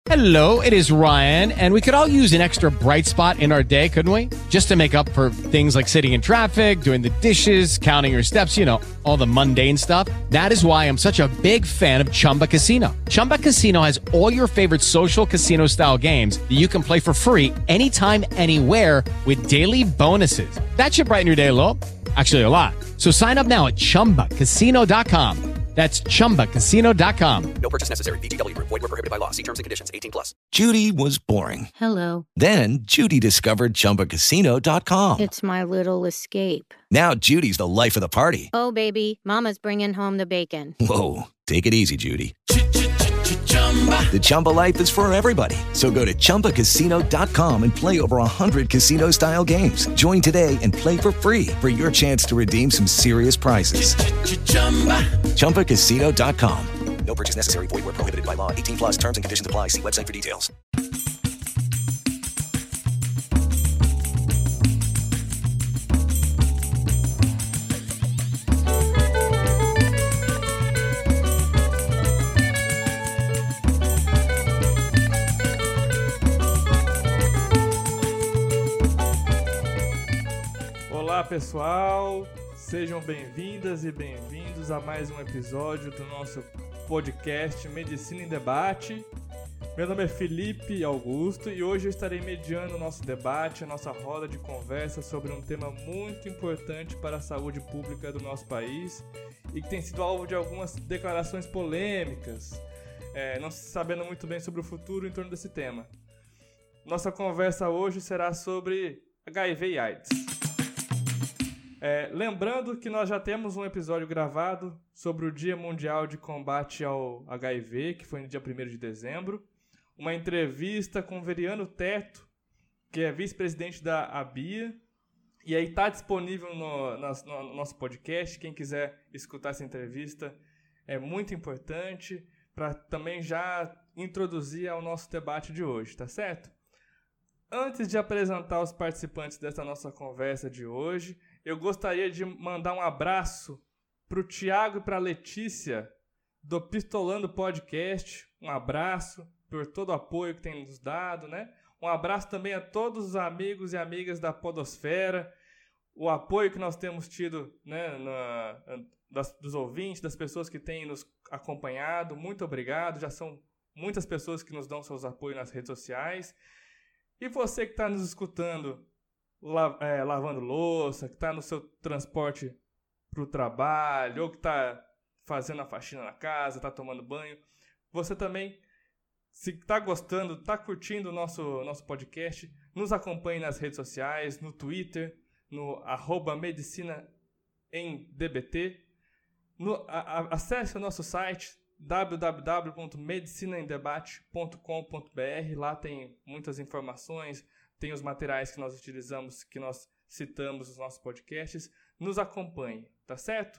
Hello, it is Ryan, and we could all use an extra bright spot in our day, couldn't we? Just to make up for things like sitting in traffic, doing the dishes, counting your steps, you know, all the mundane stuff. That is why I'm such a big fan of Chumba Casino. Chumba Casino has all your favorite social casino-style games that you can play for free anytime, anywhere with daily bonuses. That should brighten your day a little. Actually, a lot. So sign up now at ChumbaCasino.com. That's ChumbaCasino.com. No purchase necessary. VGW Group. Void where prohibited by law. See terms and conditions. 18+. Judy was boring. Hello. Then Judy discovered ChumbaCasino.com. It's my little escape. Now Judy's the life of the party. Oh, baby, mama's bringing home the bacon. Whoa, take it easy, Judy. The Chumba life is for everybody. So go to ChumbaCasino.com and play over 100 casino-style games. Join today and play for free for your chance to redeem some serious prizes. ChumbaCasino.com. No purchase necessary. Void where prohibited by law. 18+. Terms and conditions apply. See website for details. Olá pessoal, sejam bem-vindas e bem-vindos a mais um episódio do nosso podcast Medicina em Debate. Meu nome é Felipe Augusto e hoje eu estarei mediando o nosso debate, a nossa roda de conversa sobre um tema muito importante para a saúde pública do nosso país e que tem sido alvo de algumas declarações polêmicas, não se sabendo muito bem sobre o futuro em torno desse tema. Nossa conversa hoje será sobre HIV e AIDS. Lembrando que nós já temos um episódio gravado sobre o Dia Mundial de Combate ao HIV, que foi no dia 1º de dezembro. Uma entrevista com o Veriano Teto, que é vice-presidente da ABIA. E aí está disponível no nosso podcast. Quem quiser escutar essa entrevista é muito importante para também já introduzir ao nosso debate de hoje, tá certo? Antes de apresentar os participantes dessa nossa conversa de hoje, eu gostaria de mandar um abraço para o Thiago e para a Letícia do Pistolando Podcast. Um abraço por todo o apoio que tem nos dado, né? Um abraço também a todos os amigos e amigas da Podosfera. O apoio que nós temos tido, né, dos ouvintes, das pessoas que têm nos acompanhado. Muito obrigado. Já são muitas pessoas que nos dão seus apoios nas redes sociais. E você que está nos escutando lavando louça, que está no seu transporte para o trabalho, ou que está fazendo a faxina na casa, está tomando banho, você também, se está gostando, está curtindo o nosso podcast, nos acompanhe nas redes sociais, no Twitter, no @medicinaemdbt, acesse o nosso site www.medicinaemdebate.com.br. Lá tem muitas informações, tem os materiais que nós utilizamos, que nós citamos nos nossos podcasts. Nos acompanhe, tá certo?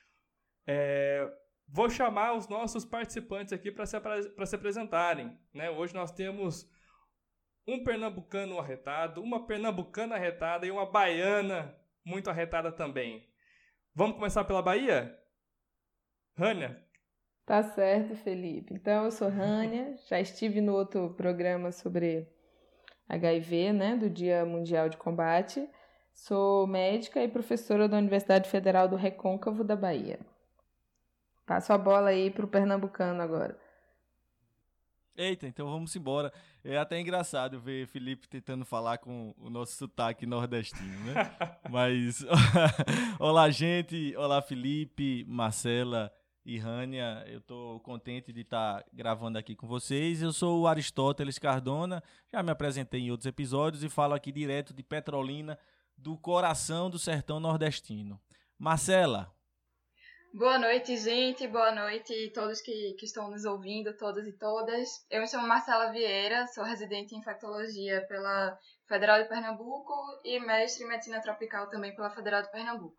Vou chamar os nossos participantes aqui para se apresentarem, né? Hoje nós temos um pernambucano arretado, uma pernambucana arretada e uma baiana muito arretada também. Vamos começar pela Bahia? Rânia? Tá certo, Felipe. Então, eu sou Rânia, já estive no outro programa sobre HIV, né, do Dia Mundial de Combate. Sou médica e professora da Universidade Federal do Recôncavo da Bahia. Passo a bola aí pro pernambucano agora. Eita, então vamos embora. É até engraçado ver Felipe tentando falar com o nosso sotaque nordestino, né? Mas, olá gente, olá Felipe, Marcela e Rânia, eu tô contente de estar gravando aqui com vocês. Eu sou o Aristóteles Cardona, já me apresentei em outros episódios e falo aqui direto de Petrolina, do coração do sertão nordestino. Marcela. Boa noite, gente. Boa noite a todos que estão nos ouvindo, todos e todas. Eu me chamo Marcela Vieira, sou residente em infectologia pela Federal de Pernambuco e mestre em medicina tropical também pela Federal de Pernambuco.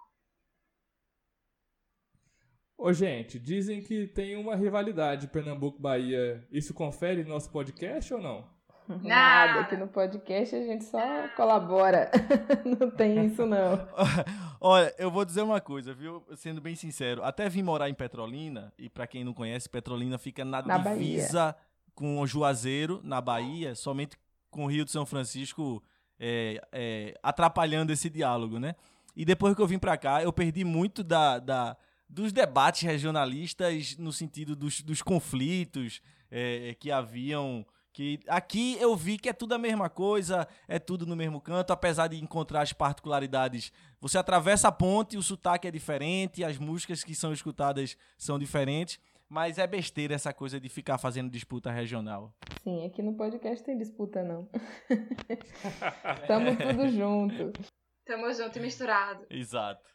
Ô, gente, dizem que tem uma rivalidade Pernambuco-Bahia. Isso confere no nosso podcast ou não? Nada, aqui no podcast a gente só colabora. Não tem isso, não. Olha, eu vou dizer uma coisa, viu? Sendo bem sincero, até vim morar em Petrolina, e pra quem não conhece, Petrolina fica na divisa Bahia. com o Juazeiro, na Bahia, somente com o Rio de São Francisco atrapalhando esse diálogo, né? E depois que eu vim para cá, eu perdi muito dos debates regionalistas no sentido dos conflitos que haviam. Que aqui eu vi que é tudo a mesma coisa, é tudo no mesmo canto, apesar de encontrar as particularidades. Você atravessa a ponte, o sotaque é diferente, as músicas que são escutadas são diferentes, mas é besteira essa coisa de ficar fazendo disputa regional. Sim, aqui no podcast tem disputa, não. Tamo tudo junto. Tamo junto e misturado. Exato.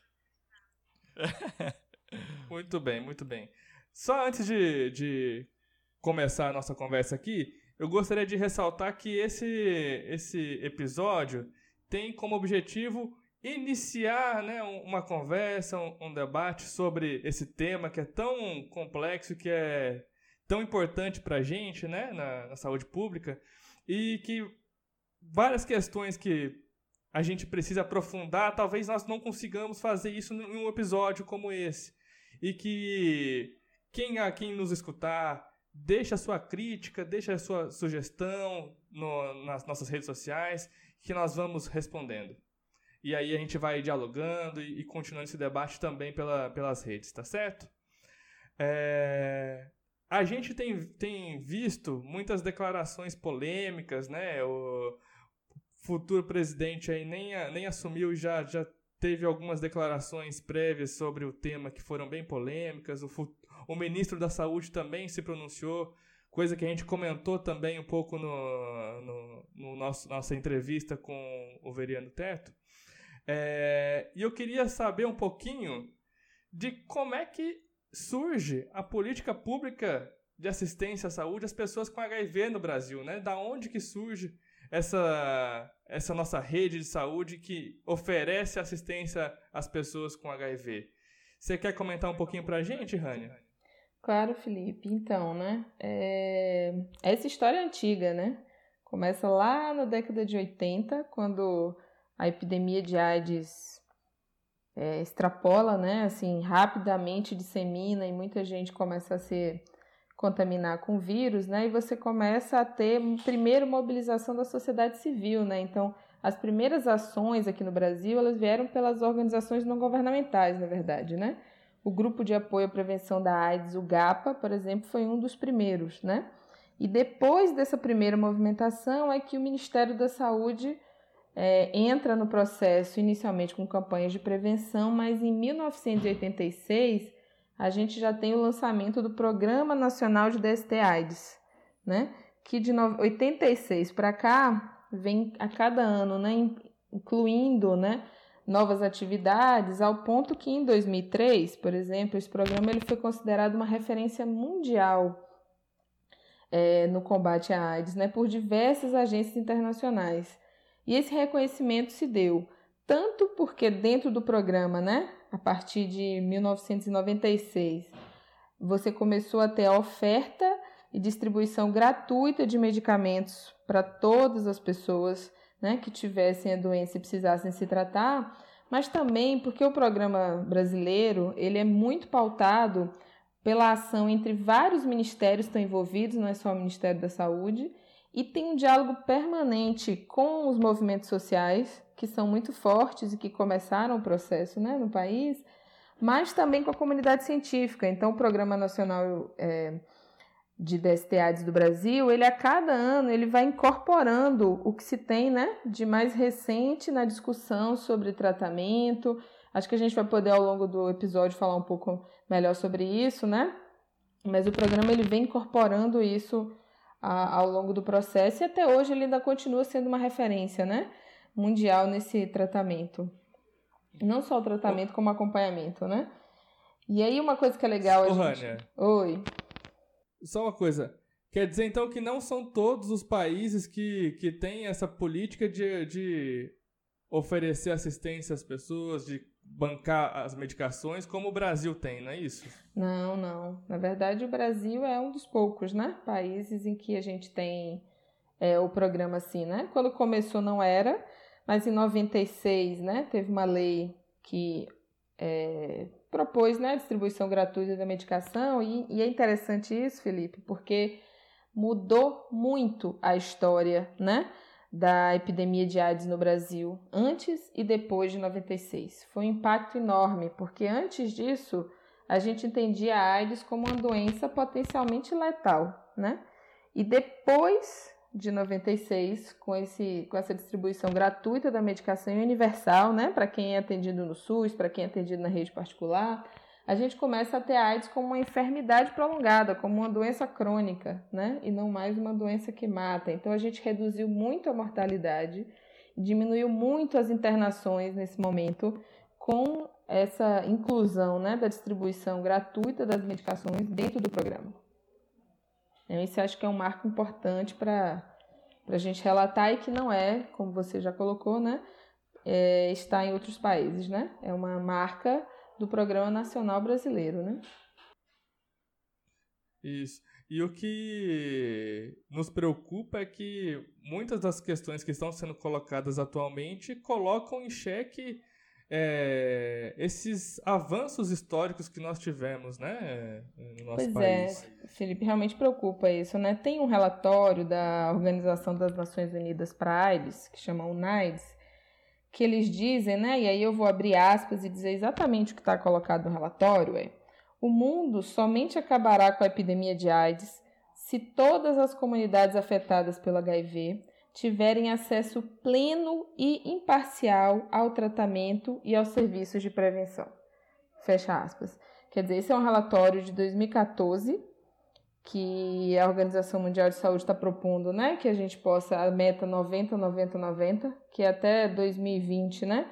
Muito bem, muito bem. Só antes de começar a nossa conversa aqui, eu gostaria de ressaltar que esse episódio tem como objetivo iniciar, né, uma conversa, um debate sobre esse tema que é tão complexo, que é tão importante para a gente, né, na saúde pública, e que várias questões que a gente precisa aprofundar, talvez nós não consigamos fazer isso em um episódio como esse. E que quem nos escutar, deixa a sua crítica, deixa a sua sugestão nas nossas redes sociais, que nós vamos respondendo. E aí a gente vai dialogando e continuando esse debate também pelas redes, tá certo? A gente tem visto muitas declarações polêmicas, né? O futuro presidente aí nem assumiu, já teve algumas declarações prévias sobre o tema que foram bem polêmicas. O ministro da Saúde também se pronunciou, coisa que a gente comentou também um pouco no nossa entrevista com o Veriano Teto. E eu queria saber um pouquinho de como é que surge a política pública de assistência à saúde às pessoas com HIV no Brasil, né? Da onde que surge essa nossa rede de saúde que oferece assistência às pessoas com HIV. Você quer comentar um pouquinho pra gente, Rania? Claro, Felipe. Então, né? Essa história é antiga, né? Começa lá na década de 80, quando a epidemia de AIDS extrapola, né? Assim, rapidamente dissemina e muita gente começa a se contaminar com vírus, né? E você começa a ter primeiro mobilização da sociedade civil, né? Então, as primeiras ações aqui no Brasil, elas vieram pelas organizações não governamentais, na verdade, né? O Grupo de Apoio à Prevenção da AIDS, o GAPA, por exemplo, foi um dos primeiros, né? E depois dessa primeira movimentação é que o Ministério da Saúde entra no processo, inicialmente com campanhas de prevenção, mas em 1986 a gente já tem o lançamento do Programa Nacional de DST-AIDS, né? Que de 86 para cá vem a cada ano, né? Incluindo, né, novas atividades, ao ponto que em 2003, por exemplo, esse programa ele foi considerado uma referência mundial no combate à AIDS, né, por diversas agências internacionais. E esse reconhecimento se deu tanto porque dentro do programa, né, a partir de 1996, você começou a ter a oferta e distribuição gratuita de medicamentos para todas as pessoas, né, que tivessem a doença e precisassem se tratar, mas também porque o programa brasileiro ele é muito pautado pela ação entre vários ministérios que estão envolvidos, não é só o Ministério da Saúde, e tem um diálogo permanente com os movimentos sociais, que são muito fortes e que começaram o processo, né, no país, mas também com a comunidade científica. Então, o Programa Nacional de DST-AIDS do Brasil, ele a cada ano ele vai incorporando o que se tem, né, de mais recente na discussão sobre tratamento. Acho que a gente vai poder, ao longo do episódio, falar um pouco melhor sobre isso, né? Mas o programa ele vem incorporando isso ao longo do processo e até hoje ele ainda continua sendo uma referência, né, mundial nesse tratamento. Não só o tratamento, como acompanhamento, né? E aí uma coisa que é legal... Rania. Oi. Só uma coisa. Quer dizer, então, que não são todos os países que têm essa política de oferecer assistência às pessoas, de bancar as medicações, como o Brasil tem, não é isso? Não, não. Na verdade, o Brasil é um dos poucos, né, países em que a gente tem o programa assim, né? Quando começou não era, mas em 96, né, teve uma lei que propôs, né, a distribuição gratuita da medicação e é interessante isso, Felipe, porque mudou muito a história, né, da epidemia de AIDS no Brasil, antes e depois de 96. Foi um impacto enorme, porque antes disso a gente entendia a AIDS como uma doença potencialmente letal, né? E depois de 96, com essa distribuição gratuita da medicação universal, né, para quem é atendido no SUS, para quem é atendido na rede particular, a gente começa a ter a AIDS como uma enfermidade prolongada, como uma doença crônica, né? E não mais uma doença que mata. Então a gente reduziu muito a mortalidade, diminuiu muito as internações nesse momento, com essa inclusão, né, da distribuição gratuita das medicações dentro do programa. Esse acho que é um marco importante para a gente relatar e que não é, como você já colocou, né, está em outros países, né? É uma marca do Programa Nacional Brasileiro, né? Isso. E o que nos preocupa é que muitas das questões que estão sendo colocadas atualmente colocam em xeque esses avanços históricos que nós tivemos, né, no nosso país. Pois é, Felipe, realmente preocupa isso, né? Tem um relatório da Organização das Nações Unidas para a AIDS, que chama UNAIDS, que eles dizem, né, e aí eu vou abrir aspas e dizer exatamente o que está colocado no relatório, o mundo somente acabará com a epidemia de AIDS se todas as comunidades afetadas pelo HIV tiverem acesso pleno e imparcial ao tratamento e aos serviços de prevenção. Fecha aspas. Quer dizer, esse é um relatório de 2014 que a Organização Mundial de Saúde está propondo, né, que a gente possa, a meta 90-90-90, que é até 2020, né,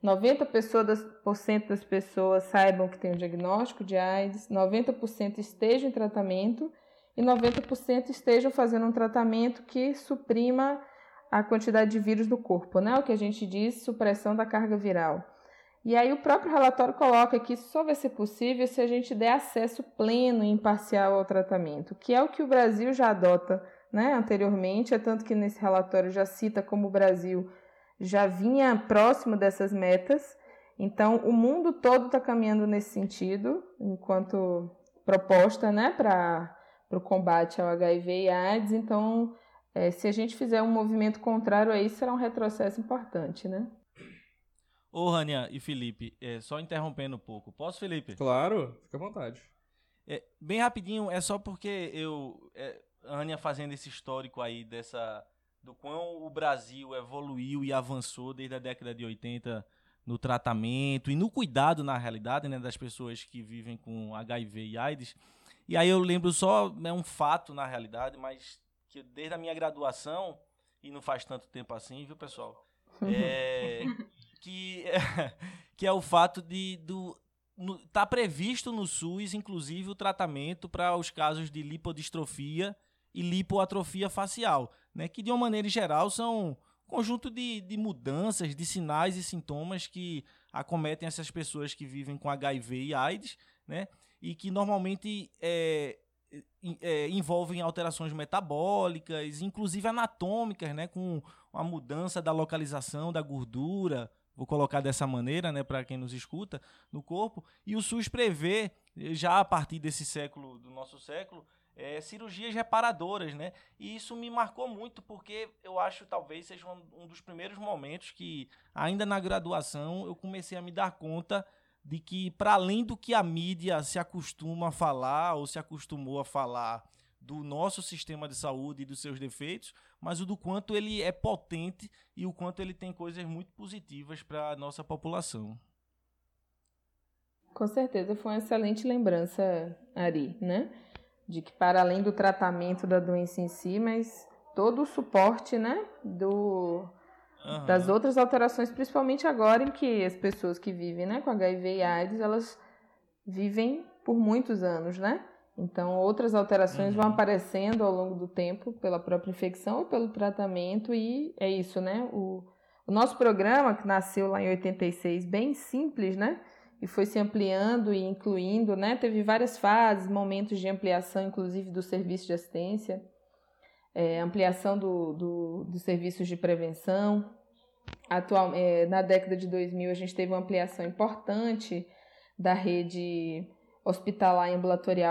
90% das pessoas saibam que tem o diagnóstico de AIDS, 90% estejam em tratamento e 90% estejam fazendo um tratamento que suprima a quantidade de vírus no corpo, né, o que a gente diz supressão da carga viral. E aí o próprio relatório coloca que isso só vai ser possível se a gente der acesso pleno e imparcial ao tratamento, que é o que o Brasil já adota, né, anteriormente, é tanto que nesse relatório já cita como o Brasil já vinha próximo dessas metas. Então o mundo todo está caminhando nesse sentido, enquanto proposta, né, para o combate ao HIV e AIDS. Então, se a gente fizer um movimento contrário a isso, será um retrocesso importante, né? Ô, Rania e Felipe, só interrompendo um pouco. Posso, Felipe? Claro, fica à vontade. Bem rapidinho, é só porque a Rania fazendo esse histórico aí do quão o Brasil evoluiu e avançou desde a década de 80 no tratamento e no cuidado, na realidade, né, das pessoas que vivem com HIV e AIDS. E aí eu lembro só, um fato na realidade, mas que desde a minha graduação, e não faz tanto tempo assim, viu, pessoal? Que é o fato tá previsto no SUS, inclusive, o tratamento para os casos de lipodistrofia e lipoatrofia facial, né, que de uma maneira geral são um conjunto de mudanças, de sinais e sintomas que acometem essas pessoas que vivem com HIV e AIDS, né, e que normalmente envolvem alterações metabólicas, inclusive anatômicas, né, com a mudança da localização da gordura, vou colocar dessa maneira, né, para quem nos escuta, no corpo. E o SUS prevê, já a partir desse século, do nosso século, cirurgias reparadoras, né? E isso me marcou muito, porque eu acho talvez seja um dos primeiros momentos que, ainda na graduação, eu comecei a me dar conta de que, para além do que a mídia se acostuma a falar, ou se acostumou a falar do nosso sistema de saúde e dos seus defeitos, mas o do quanto ele é potente e o quanto ele tem coisas muito positivas para a nossa população. Com certeza, foi uma excelente lembrança, Ari, né? De que, para além do tratamento da doença em si, mas todo o suporte, né, das outras alterações, principalmente agora em que as pessoas que vivem, né, com HIV e AIDS, elas vivem por muitos anos, né? Então, outras alterações vão aparecendo ao longo do tempo pela própria infecção ou pelo tratamento, e é isso, né? O nosso programa, que nasceu lá em 86, bem simples, né? E foi se ampliando e incluindo, né? Teve várias fases, momentos de ampliação, inclusive do serviço de assistência, ampliação dos serviços de prevenção. Na década de 2000, a gente teve uma ampliação importante da rede hospitalar e ambulatorial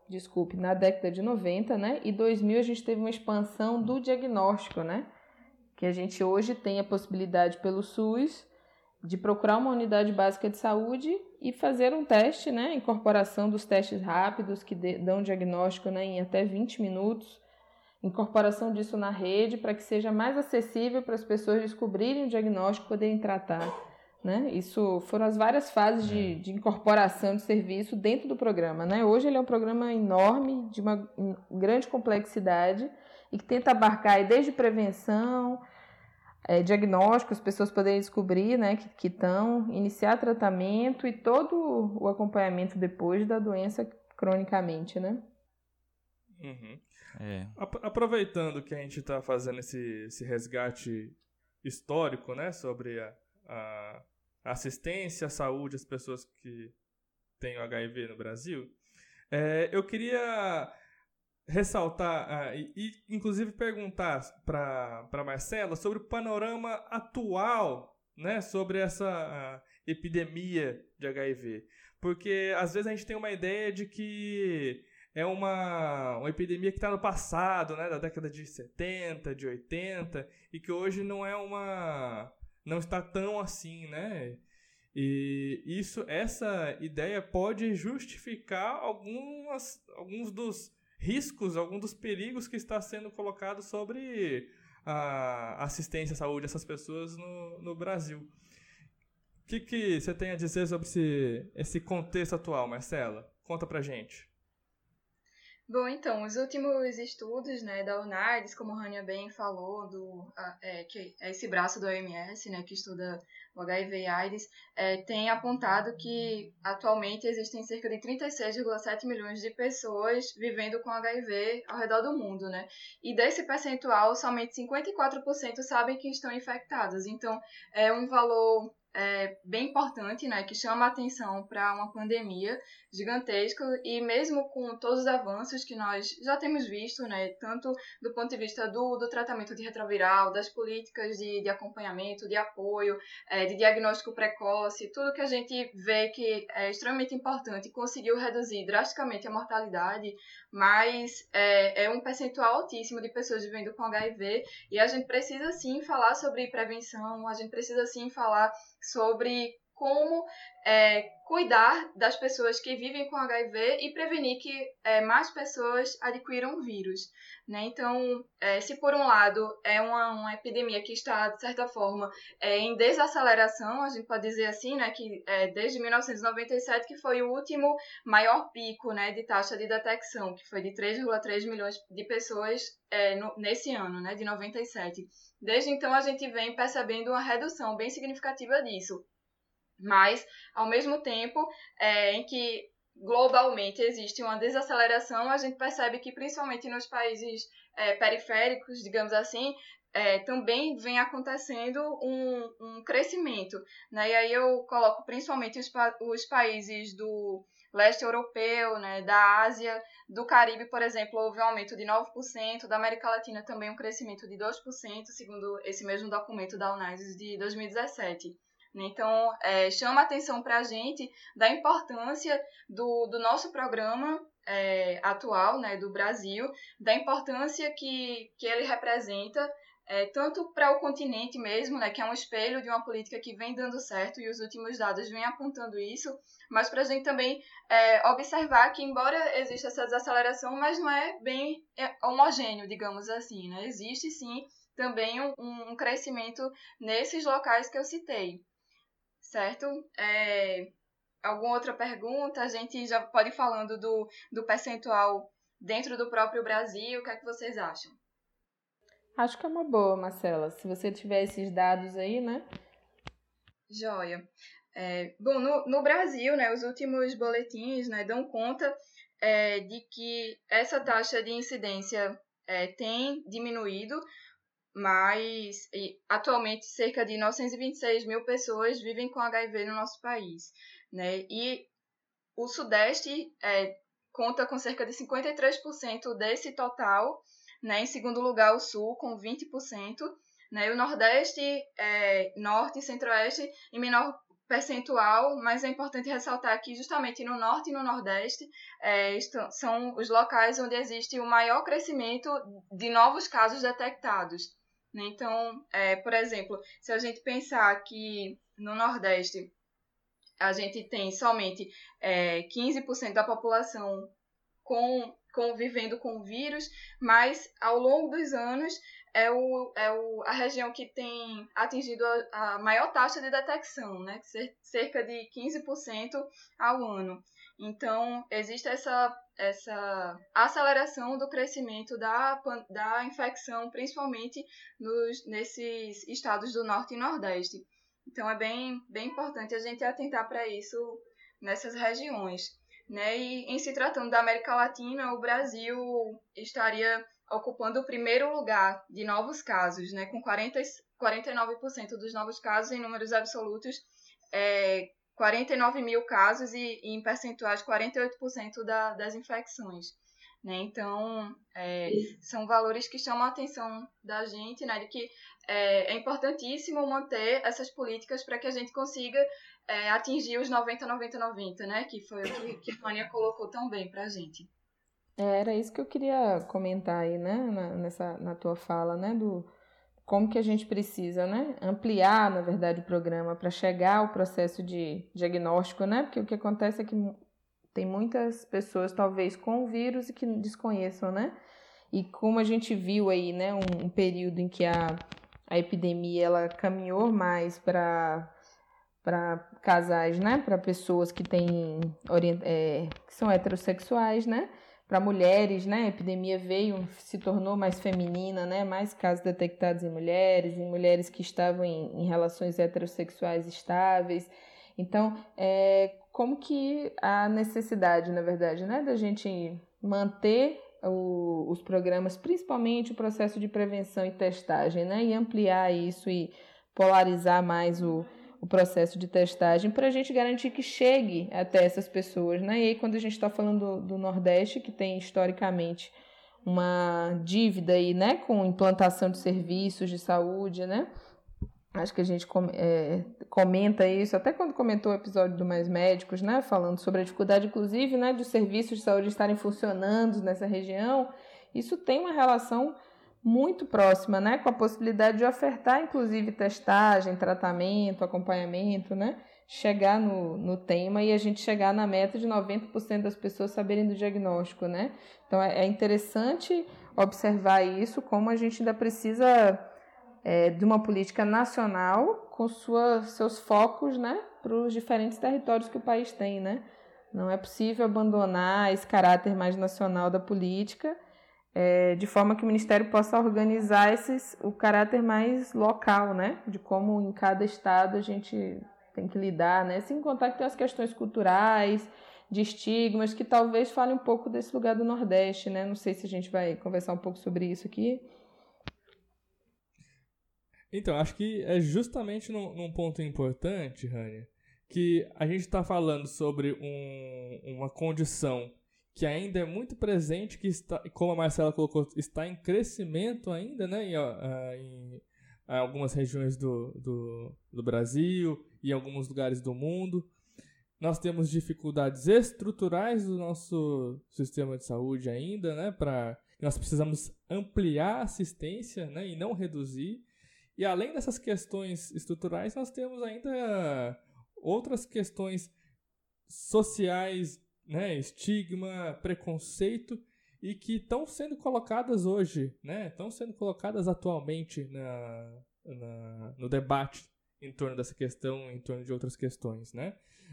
na década de 90, né? E 2000 a gente teve uma expansão do diagnóstico, né? Que a gente hoje tem a possibilidade pelo SUS de procurar uma unidade básica de saúde e fazer um teste, né? Incorporação dos testes rápidos que dão diagnóstico, né, em até 20 minutos. Incorporação disso na rede para que seja mais acessível para as pessoas descobrirem o diagnóstico e poderem tratar, né? Isso foram as várias fases de incorporação de serviço dentro do programa, né? Hoje ele é um programa enorme, de uma grande complexidade e que tenta abarcar desde prevenção, diagnóstico, as pessoas poderem descobrir, né, que estão, iniciar tratamento e todo o acompanhamento depois da doença cronicamente, né? Uhum. É. Aproveitando que a gente está fazendo esse resgate histórico, né, sobre a assistência à saúde às pessoas que têm o HIV no Brasil, eu queria ressaltar e inclusive perguntar para Marcela sobre o panorama atual, né, sobre essa epidemia de HIV. Porque às vezes a gente tem uma ideia de que é uma epidemia que está no passado, né, da década de 70, de 80, e que hoje não está tão assim, né? E essa ideia pode justificar alguns dos riscos, alguns dos perigos que está sendo colocado sobre a assistência à saúde dessas pessoas no Brasil. O que você tem a dizer sobre esse contexto atual, Marcela? Conta pra gente. Bom, então, os últimos estudos, né, da UNAIDS, como a Rania bem falou, que é esse braço do OMS, né, que estuda o HIV e AIDS, tem apontado que atualmente existem cerca de 36,7 milhões de pessoas vivendo com HIV ao redor do mundo, né? E desse percentual, somente 54% sabem que estão infectados. Então, é um valor bem importante, né, que chama a atenção para uma pandemia gigantesca, e mesmo com todos os avanços que nós já temos visto, né, tanto do ponto de vista do tratamento de retroviral, das políticas de acompanhamento, de apoio, de diagnóstico precoce, tudo que a gente vê que é extremamente importante, conseguiu reduzir drasticamente a mortalidade, mas é um percentual altíssimo de pessoas vivendo com HIV, e a gente precisa sim falar sobre prevenção, a gente precisa sim falar sobre como cuidar das pessoas que vivem com HIV e prevenir que mais pessoas adquiram o vírus, né? Então, se por um lado é uma epidemia que está, de certa forma, em desaceleração, a gente pode dizer assim, né, que desde 1997 que foi o último maior pico, né, de taxa de detecção, que foi de 3,3 milhões de pessoas nesse ano, né, de 97. Desde então, a gente vem percebendo uma redução bem significativa disso. Mas, ao mesmo tempo em que globalmente existe uma desaceleração, a gente percebe que, principalmente nos países periféricos, digamos assim, também vem acontecendo um crescimento, né? E aí eu coloco principalmente os países do leste europeu, né, da Ásia, do Caribe, por exemplo, houve um aumento de 9%, da América Latina também um crescimento de 2%, segundo esse mesmo documento da UNAIDS de 2017. Então, chama a atenção para a gente da importância do nosso programa atual, né, do Brasil, da importância que ele representa, tanto para o continente mesmo, né, que é um espelho de uma política que vem dando certo e os últimos dados vêm apontando isso, mas para a gente também observar que, embora exista essa desaceleração, mas não é bem homogêneo, digamos assim, né? Existe sim também um crescimento nesses locais que eu citei. Certo? Alguma outra pergunta? A gente já pode ir falando do percentual dentro do próprio Brasil. O que é que vocês acham? Acho que é uma boa, Marcela. Se você tiver esses dados aí, né? Joia. Bom, no Brasil, né, os últimos boletins, né, dão conta de que essa taxa de incidência tem diminuído, mas atualmente cerca de 926 mil pessoas vivem com HIV no nosso país, né? E o Sudeste conta com cerca de 53% desse total, né? Em segundo lugar, o Sul, com 20%, né? E o Nordeste, Norte e Centro-Oeste, em menor percentual, mas é importante ressaltar que justamente no Norte e no Nordeste são os locais onde existe o maior crescimento de novos casos detectados. Né? Então, por exemplo, se a gente pensar que no Nordeste a gente tem somente 15% da população convivendo com o vírus, mas ao longo dos anos a região que tem atingido a maior taxa de detecção, né? Cerca de 15% ao ano. Então, existe essa aceleração do crescimento da infecção, principalmente nesses estados do Norte e Nordeste. Então, é bem importante a gente atentar para isso nessas regiões. Né? E em se tratando da América Latina, o Brasil estaria ocupando o primeiro lugar de novos casos, né? Com 49% dos novos casos em números absolutos, 49 mil casos e em percentuais 48% das infecções. Né? Então, são valores que chamam a atenção da gente, né? De que é importantíssimo manter essas políticas para que a gente consiga atingir os 90-90-90, né? Que foi o que a Fânia colocou tão bem para a gente. Era isso que eu queria comentar aí, né? Na tua fala, né? Do como que a gente precisa, né? Ampliar, na verdade, o programa para chegar ao processo de diagnóstico, né? Porque o que acontece é que tem muitas pessoas, talvez, com o vírus e que desconheçam, né? E como a gente viu aí, né? Um período em que a epidemia, ela caminhou mais para casais, né? Para pessoas que que são heterossexuais, né? Para mulheres, né? A epidemia se tornou mais feminina, né? Mais casos detectados em mulheres que estavam em relações heterossexuais estáveis. Então, como que a necessidade, na verdade, né? Da gente manter os programas, principalmente o processo de prevenção e testagem, né? E ampliar isso e polarizar mais o processo de testagem para a gente garantir que chegue até essas pessoas, né? E aí, quando a gente está falando do Nordeste, que tem historicamente uma dívida aí, né? Com implantação de serviços de saúde, né? Acho que a gente comenta isso, até quando comentou o episódio do Mais Médicos, né? Falando sobre a dificuldade, inclusive, né? Dos serviços de saúde estarem funcionando nessa região. Isso tem uma relação muito próxima, né? Com a possibilidade de ofertar, inclusive, testagem, tratamento, acompanhamento, né? Chegar no tema e a gente chegar na meta de 90% das pessoas saberem do diagnóstico, né? Então, é interessante observar isso, como a gente ainda precisa de uma política nacional com seus focos, né? Para os diferentes territórios que o país tem, né? Não é possível abandonar esse caráter mais nacional da política, de forma que o Ministério possa organizar o caráter mais local, né? De como em cada estado a gente tem que lidar, né? Sem contar que tem as questões culturais, de estigmas, que talvez fale um pouco desse lugar do Nordeste, né? Não sei se a gente vai conversar um pouco sobre isso aqui. Então, acho que é justamente num ponto importante, Rania, que a gente está falando sobre uma condição que ainda é muito presente, que está, como a Marcela colocou, está em crescimento ainda, né, em algumas regiões do Brasil e em alguns lugares do mundo. Nós temos dificuldades estruturais do nosso sistema de saúde ainda, né, nós precisamos ampliar a assistência, né, e não reduzir. E além dessas questões estruturais, nós temos ainda outras questões sociais, né, estigma, preconceito, e que estão sendo colocadas hoje, né, estão sendo colocadas atualmente no debate em torno dessa questão, em torno de outras questões, né.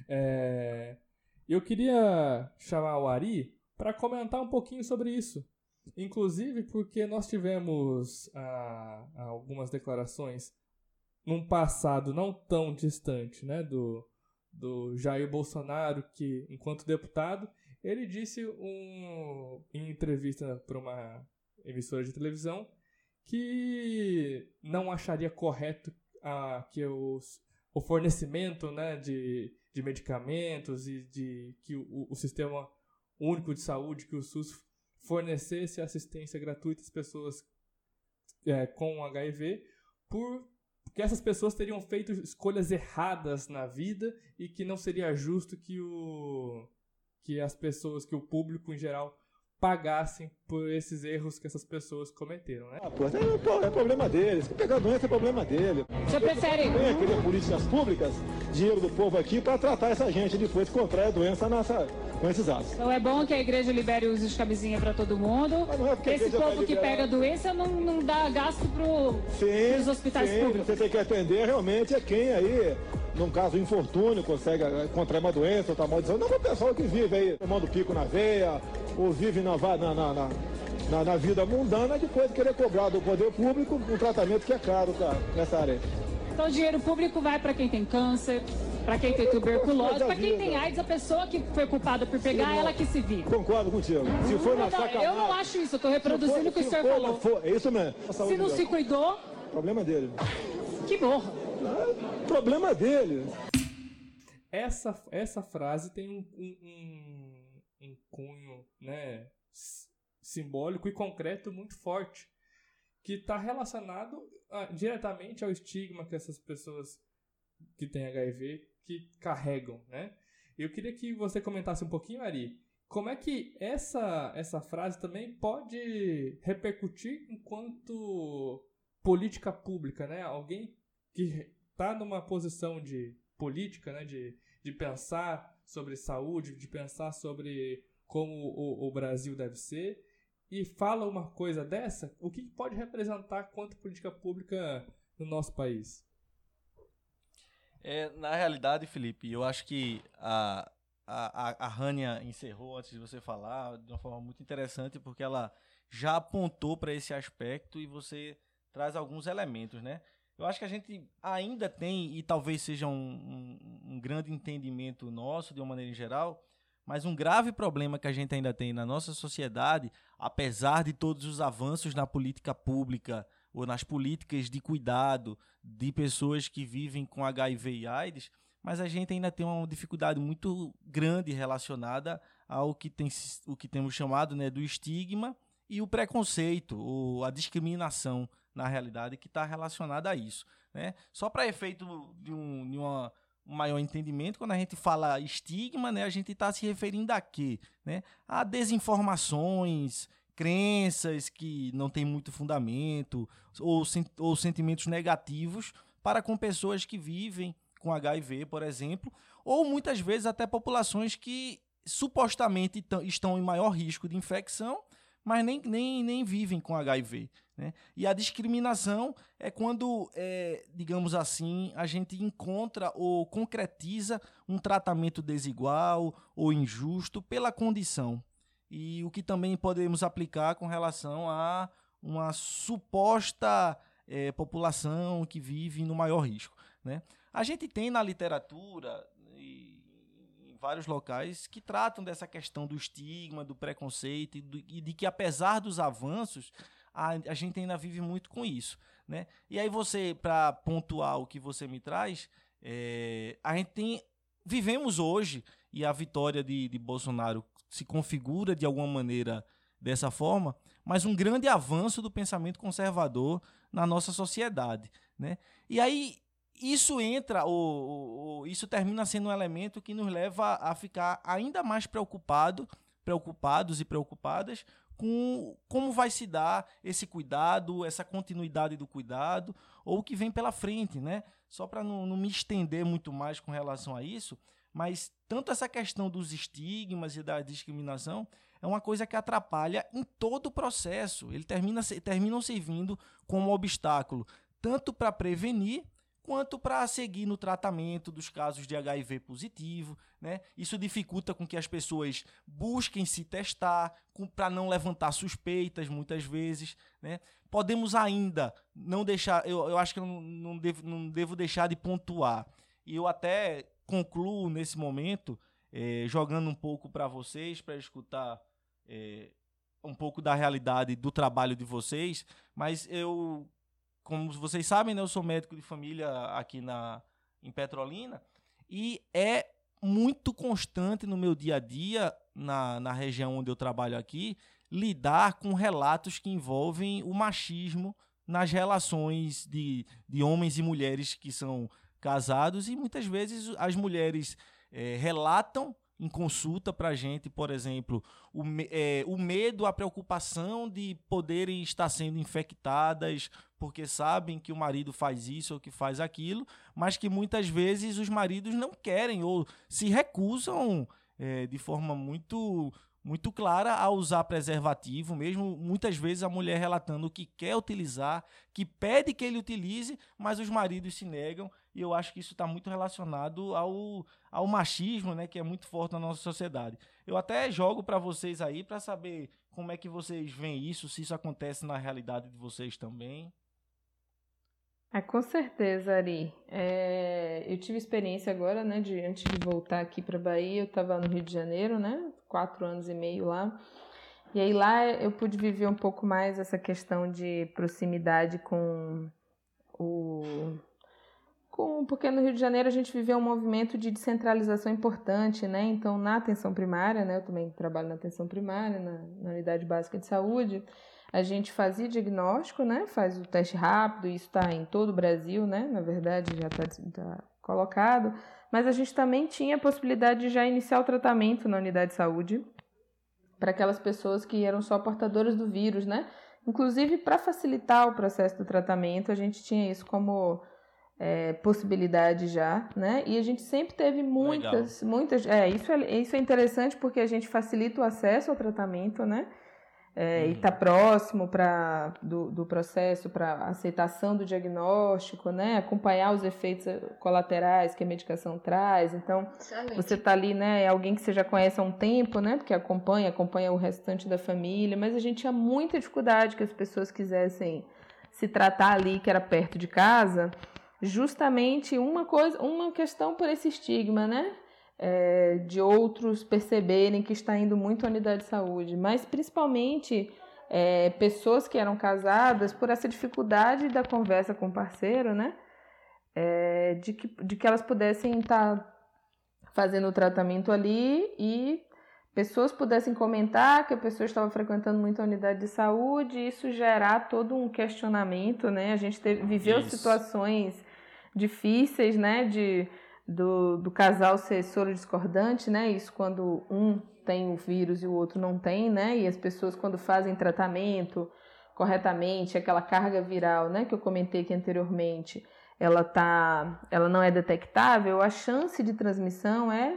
Eu queria chamar o Ari para comentar um pouquinho sobre isso. Inclusive porque nós tivemos algumas declarações num passado não tão distante, né, do Jair Bolsonaro, que, enquanto deputado, ele disse em entrevista para uma emissora de televisão que não acharia correto que o fornecimento, né, de medicamentos e que o Sistema Único de Saúde, que o SUS, fornecesse assistência gratuita às pessoas com HIV por que essas pessoas teriam feito escolhas erradas na vida e que não seria justo que as pessoas, que o público em geral pagassem por esses erros que essas pessoas cometeram, né? É problema deles. Se pegar doença é problema dele. Você prefere? Tem querer políticas públicas, dinheiro do povo aqui, para tratar essa gente depois que contrai a doença com esses atos. Então é bom que a igreja libere uso de camisinha para todo mundo. Esse povo que pega doença não dá gasto pros hospitais públicos. Você tem que atender realmente quem aí, num caso infortúnio, consegue contrair uma doença ou tá mal de saúde. Não é o pessoal que vive aí tomando pico na veia ou vive na vida mundana, depois de querer cobrar do poder público um tratamento que é caro nessa área. Então o dinheiro público vai para quem tem câncer, para quem tem tuberculose, para quem tem AIDS, a pessoa que foi culpada por pegar, ela que se vira. Concordo contigo. Se for na sacanagem... Eu não acho isso, eu tô reproduzindo o que o senhor falou. É isso mesmo. Se não se cuidou... Problema dele. Que morra. Problema dele. Essa frase tem um cunho, né, simbólico e concreto muito forte, que está relacionado diretamente ao estigma que essas pessoas que têm HIV que carregam, né? Eu queria que você comentasse um pouquinho, Ari, como é que essa frase também pode repercutir enquanto política pública, né? Alguém que está numa posição de política, né? De pensar sobre saúde, de pensar sobre como o Brasil deve ser, e fala uma coisa dessa, o que pode representar quanto política pública no nosso país? Na realidade, Felipe, eu acho que a Rania encerrou antes de você falar de uma forma muito interessante, porque ela já apontou para esse aspecto e você traz alguns elementos, né? Eu acho que a gente ainda tem, e talvez seja um grande entendimento nosso de uma maneira em geral, mas um grave problema que a gente ainda tem na nossa sociedade, apesar de todos os avanços na política pública ou nas políticas de cuidado de pessoas que vivem com HIV e AIDS, mas a gente ainda tem uma dificuldade muito grande relacionada ao que temos chamado, né, do estigma e o preconceito, ou a discriminação, na realidade, que está relacionada a isso, né? Só para efeito de um maior entendimento, quando a gente fala estigma, né, a gente está se referindo a quê? Né? A desinformações, crenças que não têm muito fundamento, ou sentimentos negativos para com pessoas que vivem com HIV, por exemplo, ou muitas vezes até populações que supostamente estão em maior risco de infecção, mas nem vivem com HIV. Né? E a discriminação é quando, digamos assim, a gente encontra ou concretiza um tratamento desigual ou injusto pela condição. E o que também podemos aplicar com relação a uma suposta população que vive no maior risco. Né? A gente tem na literatura em vários locais que tratam dessa questão do estigma, do preconceito e de que, apesar dos avanços, a gente ainda vive muito com isso, né? E aí você, para pontuar o que você me traz, a gente vivemos hoje, e a vitória de Bolsonaro se configura de alguma maneira dessa forma, mas um grande avanço do pensamento conservador na nossa sociedade, né? E aí isso isso termina sendo um elemento que nos leva a ficar ainda mais preocupados e preocupadas com como vai se dar esse cuidado, essa continuidade do cuidado, ou o que vem pela frente, né? Só para não me estender muito mais com relação a isso, mas tanto essa questão dos estigmas e da discriminação é uma coisa que atrapalha em todo o processo. Eles terminam servindo como obstáculo, tanto para prevenir, quanto para seguir no tratamento dos casos de HIV positivo, né? Isso dificulta com que as pessoas busquem se testar, para não levantar suspeitas muitas vezes, né? Podemos ainda não deixar, eu acho que eu não devo deixar de pontuar, e eu até concluo nesse momento jogando um pouco para vocês, para escutar um pouco da realidade do trabalho de vocês, mas como vocês sabem, né, eu sou médico de família aqui em Petrolina, e é muito constante no meu dia a dia, na região onde eu trabalho aqui, lidar com relatos que envolvem o machismo nas relações de homens e mulheres que são casados, e muitas vezes as mulheres relatam em consulta para a gente, por exemplo, o medo, a preocupação de poderem estar sendo infectadas porque sabem que o marido faz isso ou que faz aquilo, mas que muitas vezes os maridos não querem ou se recusam de forma muito clara a usar preservativo, mesmo muitas vezes a mulher relatando que quer utilizar, que pede que ele utilize, mas os maridos se negam, e eu acho que isso está muito relacionado ao machismo, né, que é muito forte na nossa sociedade. Eu até jogo para vocês aí para saber como é que vocês veem isso, se isso acontece na realidade de vocês também. Com certeza, Ari. Eu tive experiência agora, né, antes de voltar aqui para Bahia, eu estava no Rio de Janeiro, né, 4 anos e meio lá, e aí lá eu pude viver um pouco mais essa questão de proximidade porque no Rio de Janeiro a gente viveu um movimento de descentralização importante, né, então na atenção primária, né, eu também trabalho na atenção primária, na unidade básica de saúde, a gente fazia diagnóstico, né? Faz o teste rápido, isso está em todo o Brasil, né? Na verdade, já está colocado. Mas a gente também tinha a possibilidade de já iniciar o tratamento na unidade de saúde para aquelas pessoas que eram só portadoras do vírus, né? Inclusive, para facilitar o processo do tratamento, a gente tinha isso como possibilidade já, né? E a gente sempre teve muitas... Isso é interessante porque a gente facilita o acesso ao tratamento, né? E está próximo do processo para aceitação do diagnóstico, né? Acompanhar os efeitos colaterais que a medicação traz. Então, excelente. Você está ali, né? É alguém que você já conhece há um tempo, né? Porque acompanha o restante da família, mas a gente tinha muita dificuldade que as pessoas quisessem se tratar ali, que era perto de casa, justamente uma questão por esse estigma, né? De outros perceberem que está indo muito à unidade de saúde, mas principalmente pessoas que eram casadas por essa dificuldade da conversa com o parceiro, né? De que elas pudessem estar fazendo o tratamento ali e pessoas pudessem comentar que a pessoa estava frequentando muito a unidade de saúde e isso gerar todo um questionamento, né? A gente viveu situações difíceis, né? Do casal ser soro discordante, né? Isso quando um tem o vírus e o outro não tem, né? E as pessoas quando fazem tratamento corretamente, aquela carga viral, né? Que eu comentei aqui anteriormente, ela não é detectável, a chance de transmissão é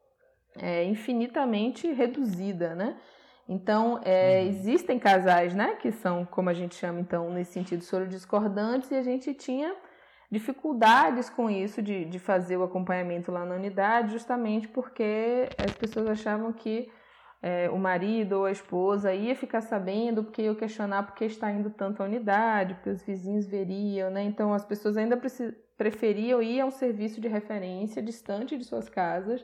infinitamente reduzida, né? Então, existem casais, né? Que são, como a gente chama, então, nesse sentido, soro discordantes, e a gente tinha dificuldades com isso de fazer o acompanhamento lá na unidade, justamente porque as pessoas achavam que o marido ou a esposa ia ficar sabendo porque ia questionar porque está indo tanto à unidade, porque os vizinhos veriam, né? Então as pessoas ainda preferiam ir a um serviço de referência distante de suas casas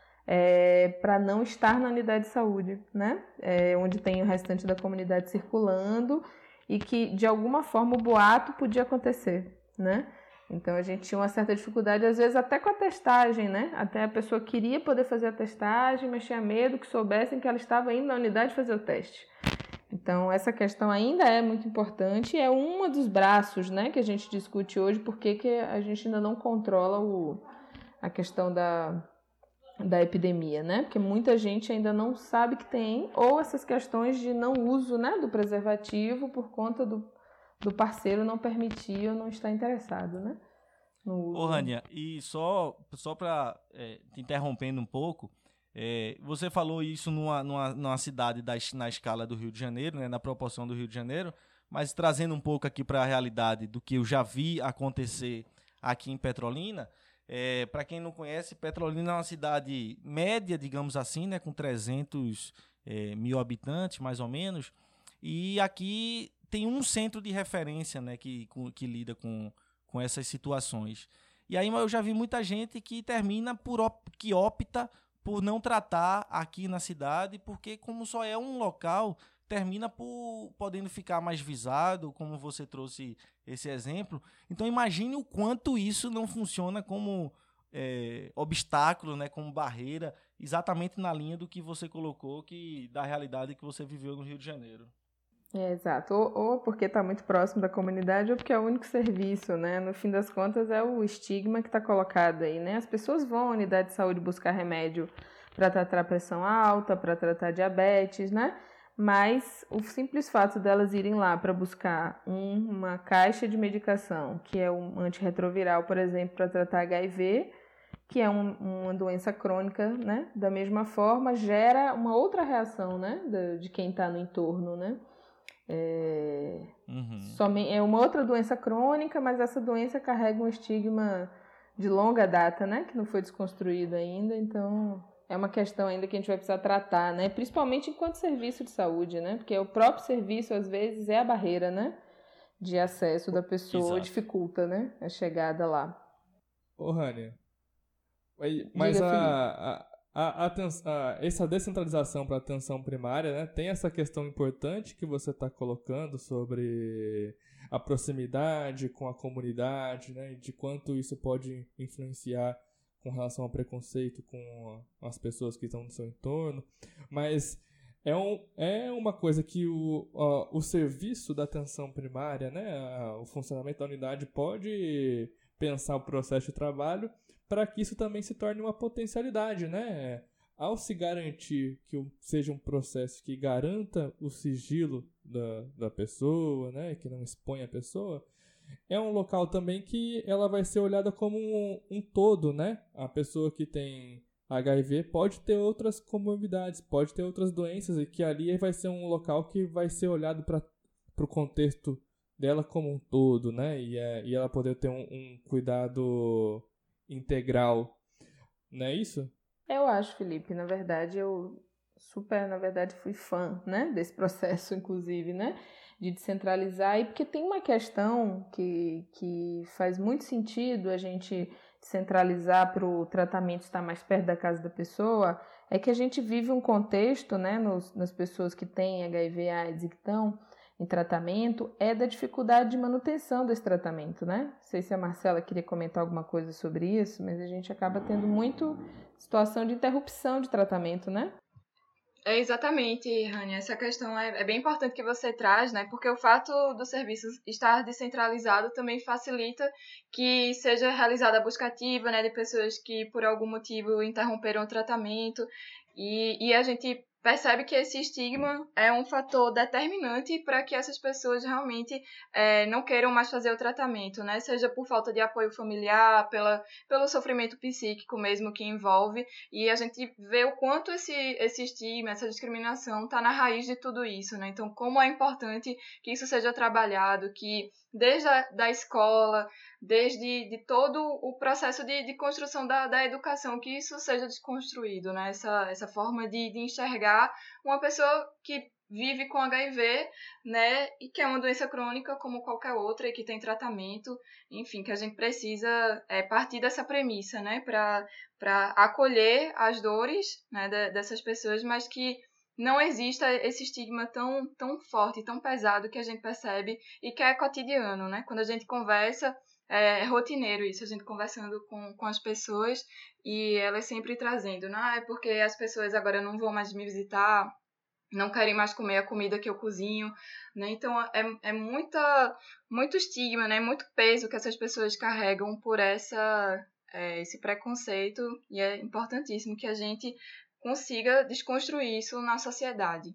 para não estar na unidade de saúde, né? Onde tem o restante da comunidade circulando e que de alguma forma o boato podia acontecer, né? Então, a gente tinha uma certa dificuldade, às vezes, até com a testagem, né? Até a pessoa queria poder fazer a testagem, mas tinha medo que soubessem que ela estava indo na unidade fazer o teste. Então, essa questão ainda é muito importante e é um dos braços, né, que a gente discute hoje, porque a gente ainda não controla a questão da epidemia, né? Porque muita gente ainda não sabe que tem, ou essas questões de não uso, né, do preservativo por conta do parceiro não permitir ou não estar interessado, né? Ô, Rania, e só para te interrompendo um pouco, você falou isso numa cidade na escala do Rio de Janeiro, né, na proporção do Rio de Janeiro, mas trazendo um pouco aqui para a realidade do que eu já vi acontecer aqui em Petrolina. Para quem não conhece, Petrolina é uma cidade média, digamos assim, né, com 300 mil habitantes, mais ou menos, e aqui tem um centro de referência, né, que lida com essas situações. E aí eu já vi muita gente que que opta por não tratar aqui na cidade, porque como só é um local, termina podendo ficar mais visado, como você trouxe esse exemplo. Então imagine o quanto isso não funciona como obstáculo, né, como barreira, exatamente na linha do que você colocou, da realidade que você viveu no Rio de Janeiro. Exato. Ou porque está muito próximo da comunidade, ou porque é o único serviço, né? No fim das contas, é o estigma que está colocado aí, né? As pessoas vão à unidade de saúde buscar remédio para tratar pressão alta, para tratar diabetes, né? Mas o simples fato delas irem lá para buscar uma caixa de medicação, que é um antirretroviral, por exemplo, para tratar HIV, que é uma doença crônica, né? Da mesma forma, gera uma outra reação, né? De quem está no entorno, né? É uma outra doença crônica, mas essa doença carrega um estigma de longa data, né? Que não foi desconstruído ainda, então é uma questão ainda que a gente vai precisar tratar, né? Principalmente enquanto serviço de saúde, né? Porque o próprio serviço, às vezes, é a barreira, né? De acesso da pessoa, Exato. Dificulta, né? A chegada lá. Ô, Rania, mas essa descentralização para a atenção primária, né, tem essa questão importante que você está colocando sobre a proximidade com a comunidade, né, e de quanto isso pode influenciar com relação ao preconceito com as pessoas que estão no seu entorno, mas é uma coisa que o serviço da atenção primária, né, o funcionamento da unidade pode pensar o processo de trabalho para que isso também se torne uma potencialidade, né? Ao se garantir que seja um processo que garanta o sigilo da pessoa, né? Que não exponha a pessoa, é um local também que ela vai ser olhada como um todo, né? A pessoa que tem HIV pode ter outras comorbidades, pode ter outras doenças, e que ali vai ser um local que vai ser olhado para o contexto dela como um todo, né? E ela poder ter um cuidado integral, não é isso? Eu acho, Felipe, na verdade, fui fã, né, desse processo, inclusive, né, de descentralizar, e porque tem uma questão que faz muito sentido a gente descentralizar para o tratamento estar mais perto da casa da pessoa, é que a gente vive um contexto, né, nas pessoas que têm HIV, AIDS e que estão em tratamento, é da dificuldade de manutenção desse tratamento, né? Não sei se a Marcela queria comentar alguma coisa sobre isso, mas a gente acaba tendo muito situação de interrupção de tratamento, né? É exatamente, Rania. Essa questão é bem importante que você traz, né? Porque o fato do serviço estar descentralizado também facilita que seja realizada a busca ativa, né, de pessoas que por algum motivo interromperam o tratamento, e a gente percebe que esse estigma é um fator determinante para que essas pessoas realmente não queiram mais fazer o tratamento, né? Seja por falta de apoio familiar, pelo sofrimento psíquico mesmo que envolve, e a gente vê o quanto esse estigma, essa discriminação está na raiz de tudo isso, né? Então, como é importante que isso seja trabalhado, que desde da escola, desde de todo o processo de construção da educação, que isso seja desconstruído, né? Essa forma de enxergar uma pessoa que vive com HIV, né, e que é uma doença crônica como qualquer outra e que tem tratamento, enfim, que a gente precisa partir dessa premissa, né, para acolher as dores, né, dessas pessoas, mas que não exista esse estigma tão forte, tão pesado que a gente percebe e que é cotidiano, né? Quando a gente conversa, é rotineiro isso, a gente conversando com as pessoas e elas sempre trazendo, é porque as pessoas agora não vão mais me visitar, não querem mais comer a comida que eu cozinho, né? Então é muito estigma, né? Muito peso que essas pessoas carregam por esse preconceito, e é importantíssimo que a gente consiga desconstruir isso na sociedade.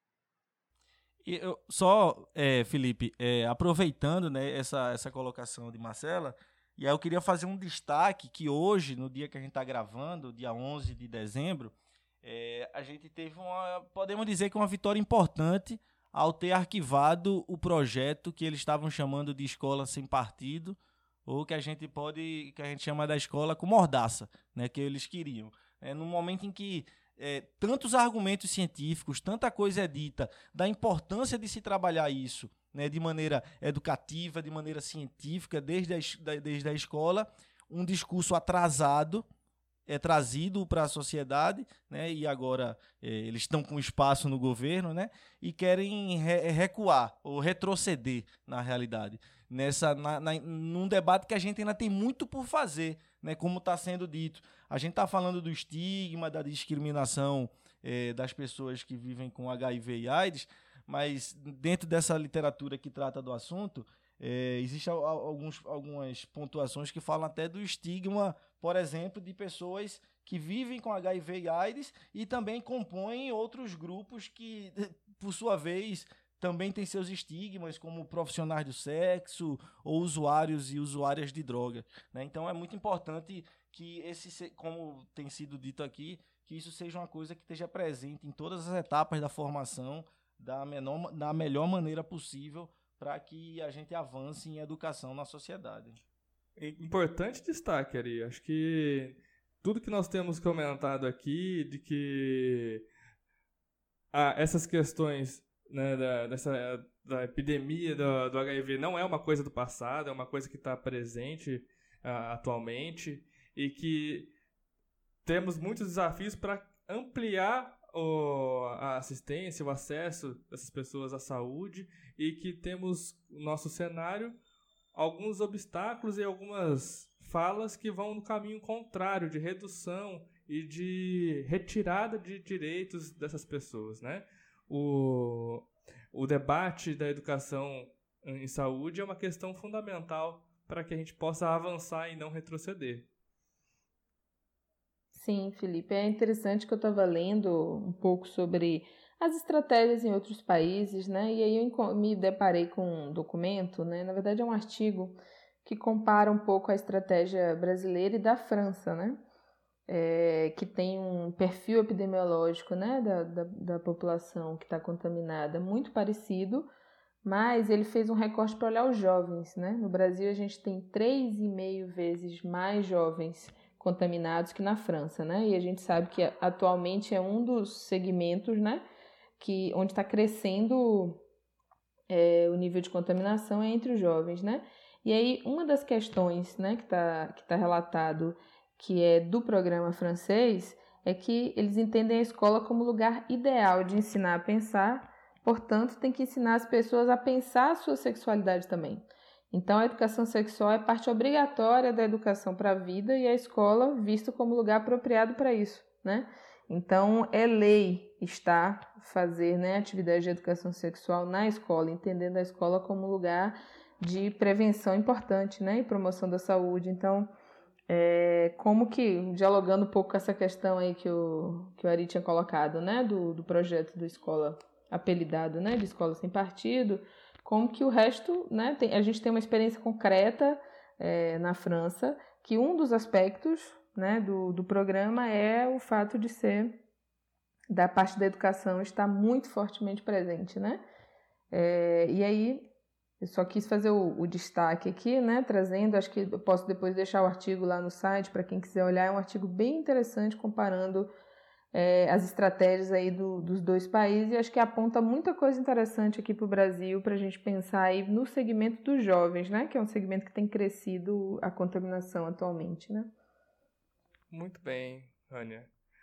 E Felipe, aproveitando, né, essa colocação de Marcela, e aí eu queria fazer um destaque que hoje, no dia que a gente está gravando, dia 11 de dezembro, a gente teve podemos dizer que uma vitória importante ao ter arquivado o projeto que eles estavam chamando de escola sem partido, ou que a gente chama da escola com mordaça, né, que eles queriam. No momento em que tantos argumentos científicos, tanta coisa é dita da importância de se trabalhar isso, né, de maneira educativa, de maneira científica, desde a escola, um discurso atrasado é trazido para a sociedade, né, e agora eles estão com espaço no governo, né, e querem recuar ou retroceder na realidade, num debate que a gente ainda tem muito por fazer, né, como está sendo dito. A gente está falando do estigma, da discriminação das pessoas que vivem com HIV e AIDS, mas dentro dessa literatura que trata do assunto, existem algumas pontuações que falam até do estigma, por exemplo, de pessoas que vivem com HIV e AIDS e também compõem outros grupos que, por sua vez, também têm seus estigmas, como profissionais do sexo ou usuários e usuárias de droga, né? Então é muito importante que como tem sido dito aqui, que isso seja uma coisa que esteja presente em todas as etapas da formação da melhor maneira possível para que a gente avance em educação na sociedade. Importante destaque, Ari. Acho que tudo que nós temos comentado aqui, de que essas questões, né, da epidemia do HIV não é uma coisa do passado, é uma coisa que está presente atualmente, e que temos muitos desafios para ampliar a assistência, o acesso dessas pessoas à saúde, e que temos no nosso cenário alguns obstáculos e algumas falas que vão no caminho contrário, de redução e de retirada de direitos dessas pessoas, né? O debate da educação em saúde é uma questão fundamental para que a gente possa avançar e não retroceder. Sim, Felipe, é interessante que eu estava lendo um pouco sobre as estratégias em outros países, né? E aí eu me deparei com um documento, né? Na verdade é um artigo que compara um pouco a estratégia brasileira e da França, né? Que tem um perfil epidemiológico, né, da população que está contaminada muito parecido, mas ele fez um recorte para olhar os jovens, né? No Brasil a gente tem 3,5 vezes mais jovens contaminados que na França, né? E a gente sabe que atualmente é um dos segmentos, né, onde está crescendo o nível de contaminação é entre os jovens, né? E aí uma das questões, né, que tá relatado, que é do programa francês, é que eles entendem a escola como lugar ideal de ensinar a pensar, portanto, tem que ensinar as pessoas a pensar a sua sexualidade também. Então, a educação sexual é parte obrigatória da educação para a vida e a escola visto como lugar apropriado para isso, né? Então, é lei fazer, né, atividade de educação sexual na escola, entendendo a escola como lugar de prevenção importante, né, e promoção da saúde. Então, como que, dialogando um pouco com essa questão aí que o Ari tinha colocado, né, do projeto do Escola apelidado, né, de Escola Sem Partido, como que o resto, né, a gente tem uma experiência concreta na França, que um dos aspectos, né, do programa é o fato de ser, da parte da educação, estar muito fortemente presente, né, e aí eu só quis fazer o destaque aqui, né, trazendo, acho que eu posso depois deixar o artigo lá no site para quem quiser olhar, é um artigo bem interessante comparando as estratégias aí dos dois países, e acho que aponta muita coisa interessante aqui para o Brasil, para a gente pensar aí no segmento dos jovens, né, que é um segmento que tem crescido a contaminação atualmente, né. Muito bem, Rania.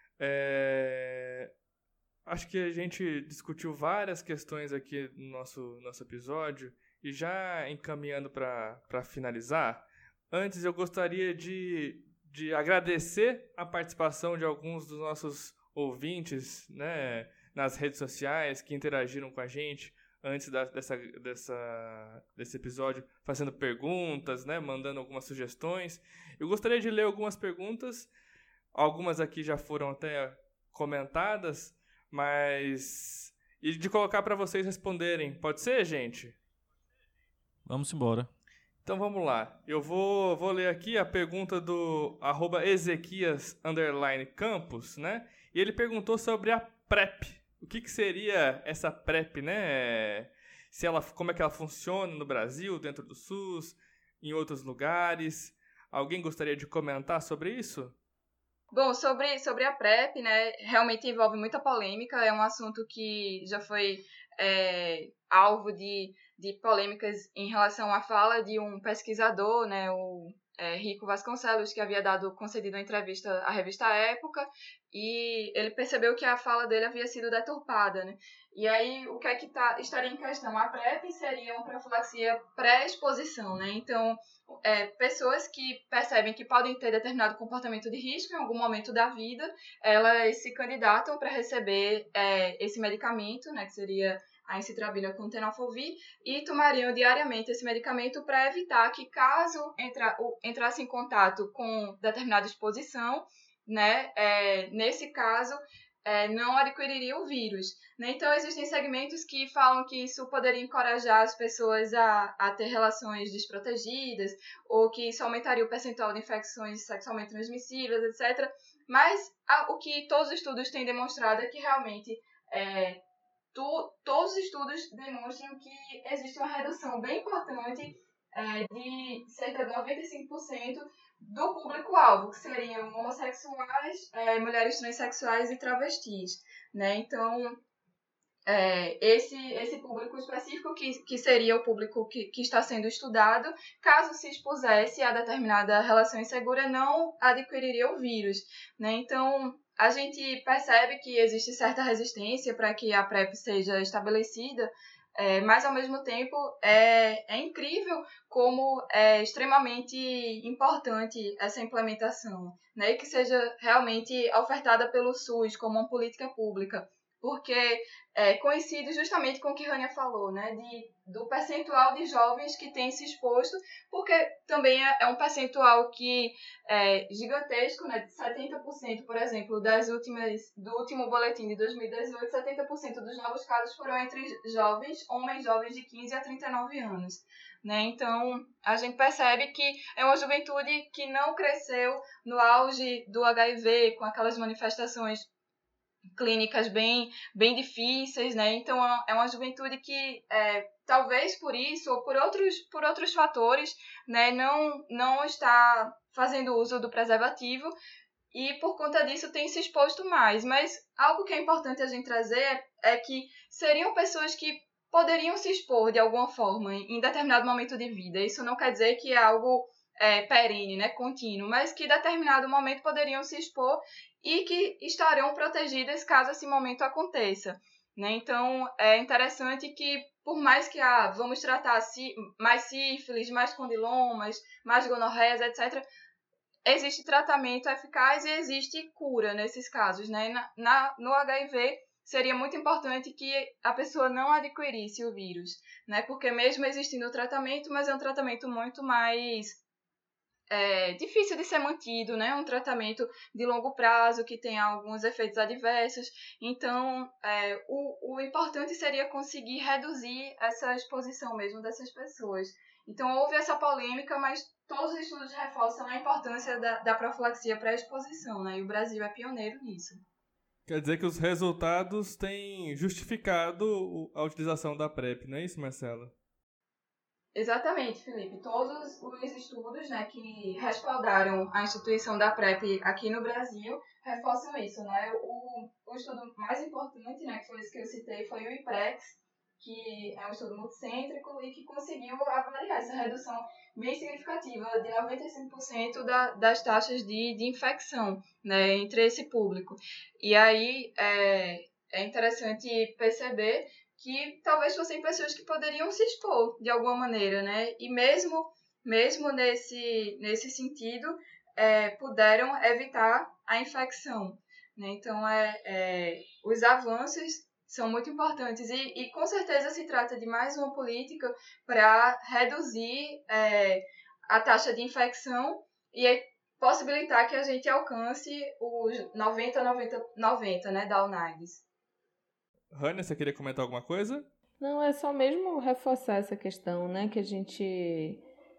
Acho que a gente discutiu várias questões aqui no nosso episódio, e já encaminhando para finalizar, antes eu gostaria de agradecer a participação de alguns dos nossos ouvintes, né, nas redes sociais, que interagiram com a gente antes desse episódio, fazendo perguntas, né, mandando algumas sugestões. Eu gostaria de ler algumas perguntas, algumas aqui já foram até comentadas, e de colocar para vocês responderem. Pode ser, gente? Vamos embora. Então vamos lá. Eu vou ler aqui a pergunta do @Ezequias_Campos, né? E ele perguntou sobre a PrEP. O que seria essa PrEP, né? Como é que ela funciona no Brasil, dentro do SUS, em outros lugares. Alguém gostaria de comentar sobre isso? Bom, sobre a PrEP, né? Realmente envolve muita polêmica. É um assunto que já foi alvo de polêmicas em relação à fala de um pesquisador, né, o Rico Vasconcelos, que havia concedido uma entrevista à revista Época, e ele percebeu que a fala dele havia sido deturpada, né? E aí, o que é que estaria em questão? A PrEP seria uma profilaxia pré-exposição, né? Então, pessoas que percebem que podem ter determinado comportamento de risco em algum momento da vida, elas se candidatam para receber esse medicamento, né, que seria a incitrabina com tenofovir, e tomariam diariamente esse medicamento para evitar que, caso entrasse em contato com determinada exposição, né, nesse caso, não adquiriria o vírus. Né? Então, existem segmentos que falam que isso poderia encorajar as pessoas a ter relações desprotegidas, ou que isso aumentaria o percentual de infecções sexualmente transmissíveis, etc. Mas o que todos os estudos têm demonstrado é que realmente todos os estudos demonstram que existe uma redução bem importante de cerca de 95% do público-alvo, que seriam homossexuais, mulheres transexuais e travestis. Né? Então, esse público específico, que seria o público que está sendo estudado, caso se expusesse a determinada relação insegura, não adquiriria o vírus. Né? Então, a gente percebe que existe certa resistência para que a PrEP seja estabelecida, mas, ao mesmo tempo, é incrível como é extremamente importante essa implementação, né? E que seja realmente ofertada pelo SUS como uma política pública, porque coincide justamente com o que Rania falou, né? Do percentual de jovens que têm se exposto, porque também é um percentual que é gigantesco, né? De 70%, por exemplo, do último boletim de 2018, 70% dos novos casos foram entre homens jovens de 15 a 39 anos. Né? Então, a gente percebe que é uma juventude que não cresceu no auge do HIV, com aquelas manifestações clínicas bem difíceis, né? Então é uma juventude que talvez por isso ou por outros fatores, né, não está fazendo uso do preservativo e por conta disso tem se exposto mais. Mas algo que é importante a gente trazer é que seriam pessoas que poderiam se expor de alguma forma em determinado momento de vida. Isso não quer dizer que é algo perene, né, contínuo, mas que em determinado momento poderiam se expor e que estarão protegidas caso esse momento aconteça. Né? Então, é interessante que, por mais que vamos tratar mais sífilis, mais condilomas, mais gonorreias, etc., existe tratamento eficaz e existe cura nesses casos. Né? No HIV, seria muito importante que a pessoa não adquirisse o vírus, né? Porque mesmo existindo o tratamento, mas é um tratamento muito mais difícil de ser mantido, né? Um tratamento de longo prazo que tem alguns efeitos adversos. Então, o importante seria conseguir reduzir essa exposição mesmo dessas pessoas. Então, houve essa polêmica, mas todos os estudos reforçam a importância da profilaxia pré-exposição, né? E o Brasil é pioneiro nisso. Quer dizer que os resultados têm justificado a utilização da PrEP, não é isso, Marcela? Exatamente, Felipe. Todos os estudos, né, que respaldaram a instituição da PrEP aqui no Brasil reforçam isso. Né? O estudo mais importante, né, que foi esse que eu citei, foi o IPREX, que é um estudo multicêntrico e que conseguiu avaliar essa redução bem significativa de 95% das taxas de infecção, né, entre esse público. E aí é interessante perceber que talvez fossem pessoas que poderiam se expor de alguma maneira, né? E mesmo nesse sentido, puderam evitar a infecção. Né? Então, os avanços são muito importantes e com certeza se trata de mais uma política para reduzir a taxa de infecção e possibilitar que a gente alcance os 90-90-90, né, da UNAIDS. Rania, você queria comentar alguma coisa? Não, é só mesmo reforçar essa questão, né, que a gente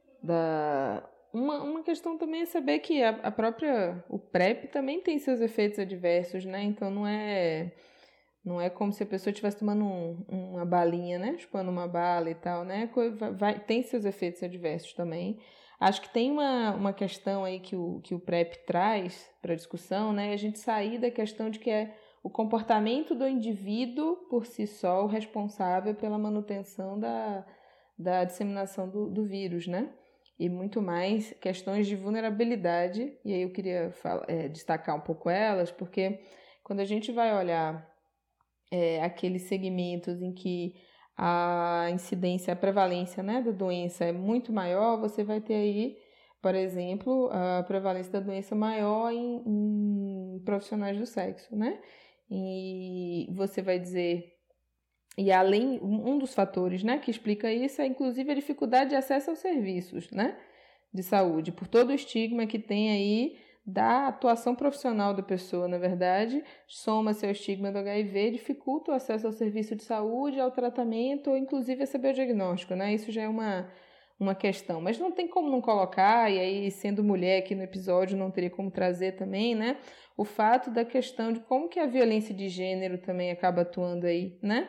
uma questão também é saber que o PrEP também tem seus efeitos adversos, né, então não é como se a pessoa estivesse tomando uma balinha, né, chupando uma bala e tal, né, tem seus efeitos adversos também. Acho que tem uma questão aí que o PrEP traz para a discussão, né, a gente sair da questão de que é o comportamento do indivíduo por si só o responsável pela manutenção da disseminação do vírus, né? E muito mais questões de vulnerabilidade, e aí eu queria destacar um pouco elas, porque quando a gente vai olhar aqueles segmentos em que a incidência, a prevalência, né, da doença é muito maior, você vai ter aí, por exemplo, a prevalência da doença maior em profissionais do sexo, né? E você vai dizer E além, um dos fatores, né, que explica isso é inclusive a dificuldade de acesso aos serviços, né, de saúde, por todo o estigma que tem aí da atuação profissional da pessoa, na verdade, soma-se ao estigma do HIV, dificulta o acesso ao serviço de saúde, ao tratamento ou inclusive a saber o diagnóstico, né, isso já é uma questão, mas não tem como não colocar, e aí sendo mulher aqui no episódio não teria como trazer também, né, o fato da questão de como que a violência de gênero também acaba atuando aí, né,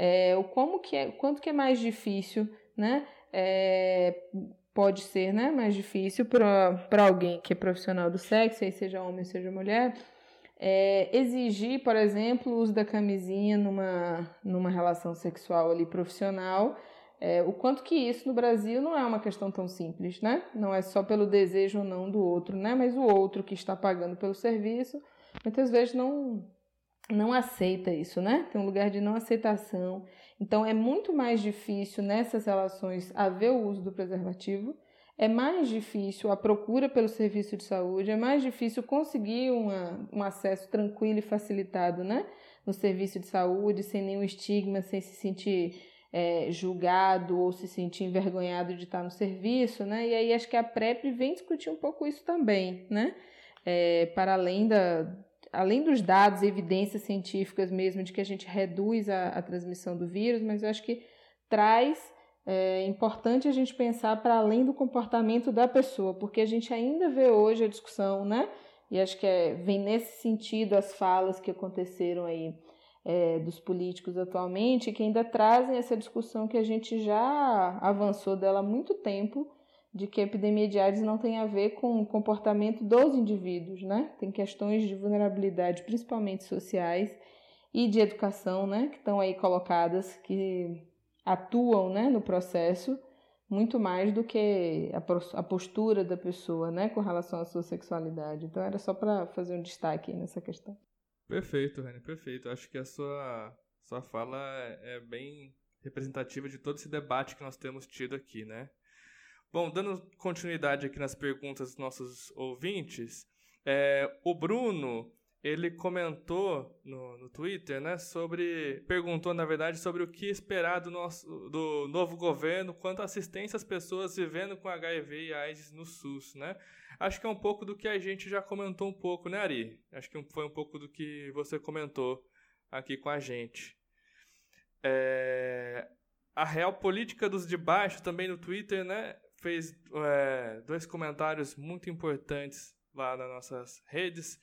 quanto que é mais difícil, né, pode ser, né, mais difícil para alguém que é profissional do sexo, aí seja homem ou seja mulher, exigir, por exemplo, o uso da camisinha numa relação sexual ali profissional, o quanto que isso no Brasil não é uma questão tão simples, né? Não é só pelo desejo ou não do outro, né? Mas o outro que está pagando pelo serviço, muitas vezes não aceita isso, né? Tem um lugar de não aceitação. Então, é muito mais difícil nessas relações haver o uso do preservativo, é mais difícil a procura pelo serviço de saúde, é mais difícil conseguir um acesso tranquilo e facilitado, né? No serviço de saúde, sem nenhum estigma, sem se sentir julgado ou se sentir envergonhado de estar no serviço, né? E aí acho que a PrEP vem discutir um pouco isso também, né? Para além dos dados e evidências científicas mesmo de que a gente reduz a transmissão do vírus, mas eu acho que é importante a gente pensar para além do comportamento da pessoa, porque a gente ainda vê hoje a discussão, né? E acho que vem nesse sentido as falas que aconteceram aí dos políticos atualmente, que ainda trazem essa discussão que a gente já avançou dela há muito tempo, de que a epidemia de AIDS não tem a ver com o comportamento dos indivíduos, né? Tem questões de vulnerabilidade, principalmente sociais, e de educação, né? Que estão aí colocadas, que atuam, né, no processo, muito mais do que a postura da pessoa, né, com relação à sua sexualidade. Então era só para fazer um destaque aí nessa questão. Perfeito, Rani, perfeito. Acho que a sua fala é bem representativa de todo esse debate que nós temos tido aqui, né? Bom, dando continuidade aqui nas perguntas dos nossos ouvintes, o Bruno, ele comentou no Twitter, né, perguntou, na verdade, sobre o que esperar do novo governo quanto à assistência às pessoas vivendo com HIV e AIDS no SUS, né? Acho que é um pouco do que a gente já comentou um pouco, né, Ari? Acho que foi um pouco do que você comentou aqui com a gente. A Real Política dos de Baixo, também no Twitter, né, fez 2 comentários muito importantes lá nas nossas redes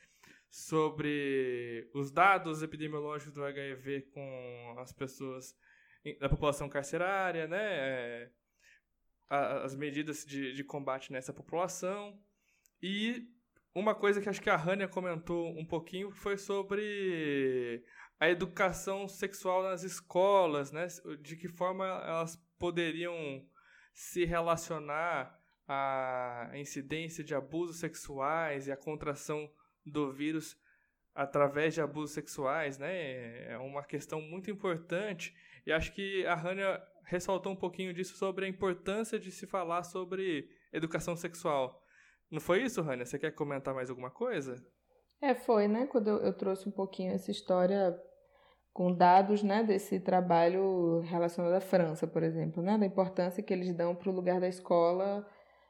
sobre os dados epidemiológicos do HIV com as pessoas da população carcerária, né, as medidas de combate nessa população. E uma coisa que acho que a Rania comentou um pouquinho foi sobre a educação sexual nas escolas, né, de que forma elas poderiam se relacionar à incidência de abusos sexuais e à contração do vírus através de abusos sexuais, né? É uma questão muito importante e acho que a Rania ressaltou um pouquinho disso sobre a importância de se falar sobre educação sexual. Não foi isso, Rania? Você quer comentar mais alguma coisa? Foi, né? Quando eu trouxe um pouquinho essa história com dados, né, desse trabalho relacionado à França, por exemplo, né, da importância que eles dão para o lugar da escola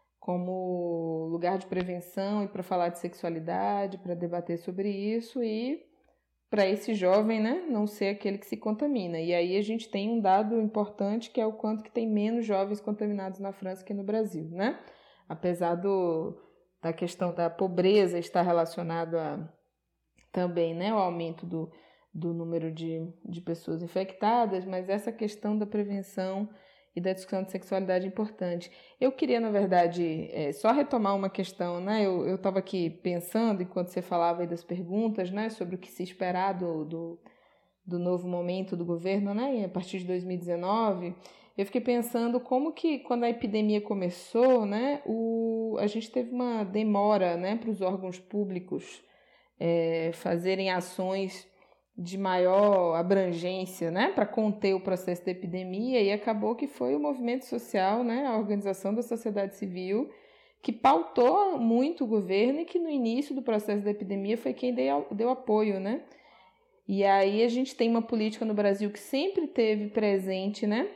como lugar de prevenção e para falar de sexualidade, para debater sobre isso e para esse jovem, né, não ser aquele que se contamina. E aí a gente tem um dado importante que é o quanto que tem menos jovens contaminados na França que no Brasil, né? Apesar da questão da pobreza estar relacionado também, né, ao aumento do número de pessoas infectadas, mas essa questão da prevenção e da discussão de sexualidade é importante. Eu queria, na verdade, só retomar uma questão, né? Eu estava aqui pensando, enquanto você falava aí das perguntas, né, sobre o que se esperar do novo momento do governo, né, a partir de 2019, eu fiquei pensando como que, quando a epidemia começou, né, a gente teve uma demora, né, para os órgãos públicos fazerem ações de maior abrangência, né, para conter o processo da epidemia, e acabou que foi o movimento social, né, a organização da sociedade civil, que pautou muito o governo e que no início do processo da epidemia foi quem deu apoio, né? E aí a gente tem uma política no Brasil que sempre teve presente, né,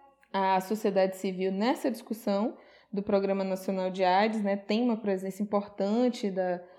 a sociedade civil nessa discussão do Programa Nacional de AIDS, né, tem uma presença importante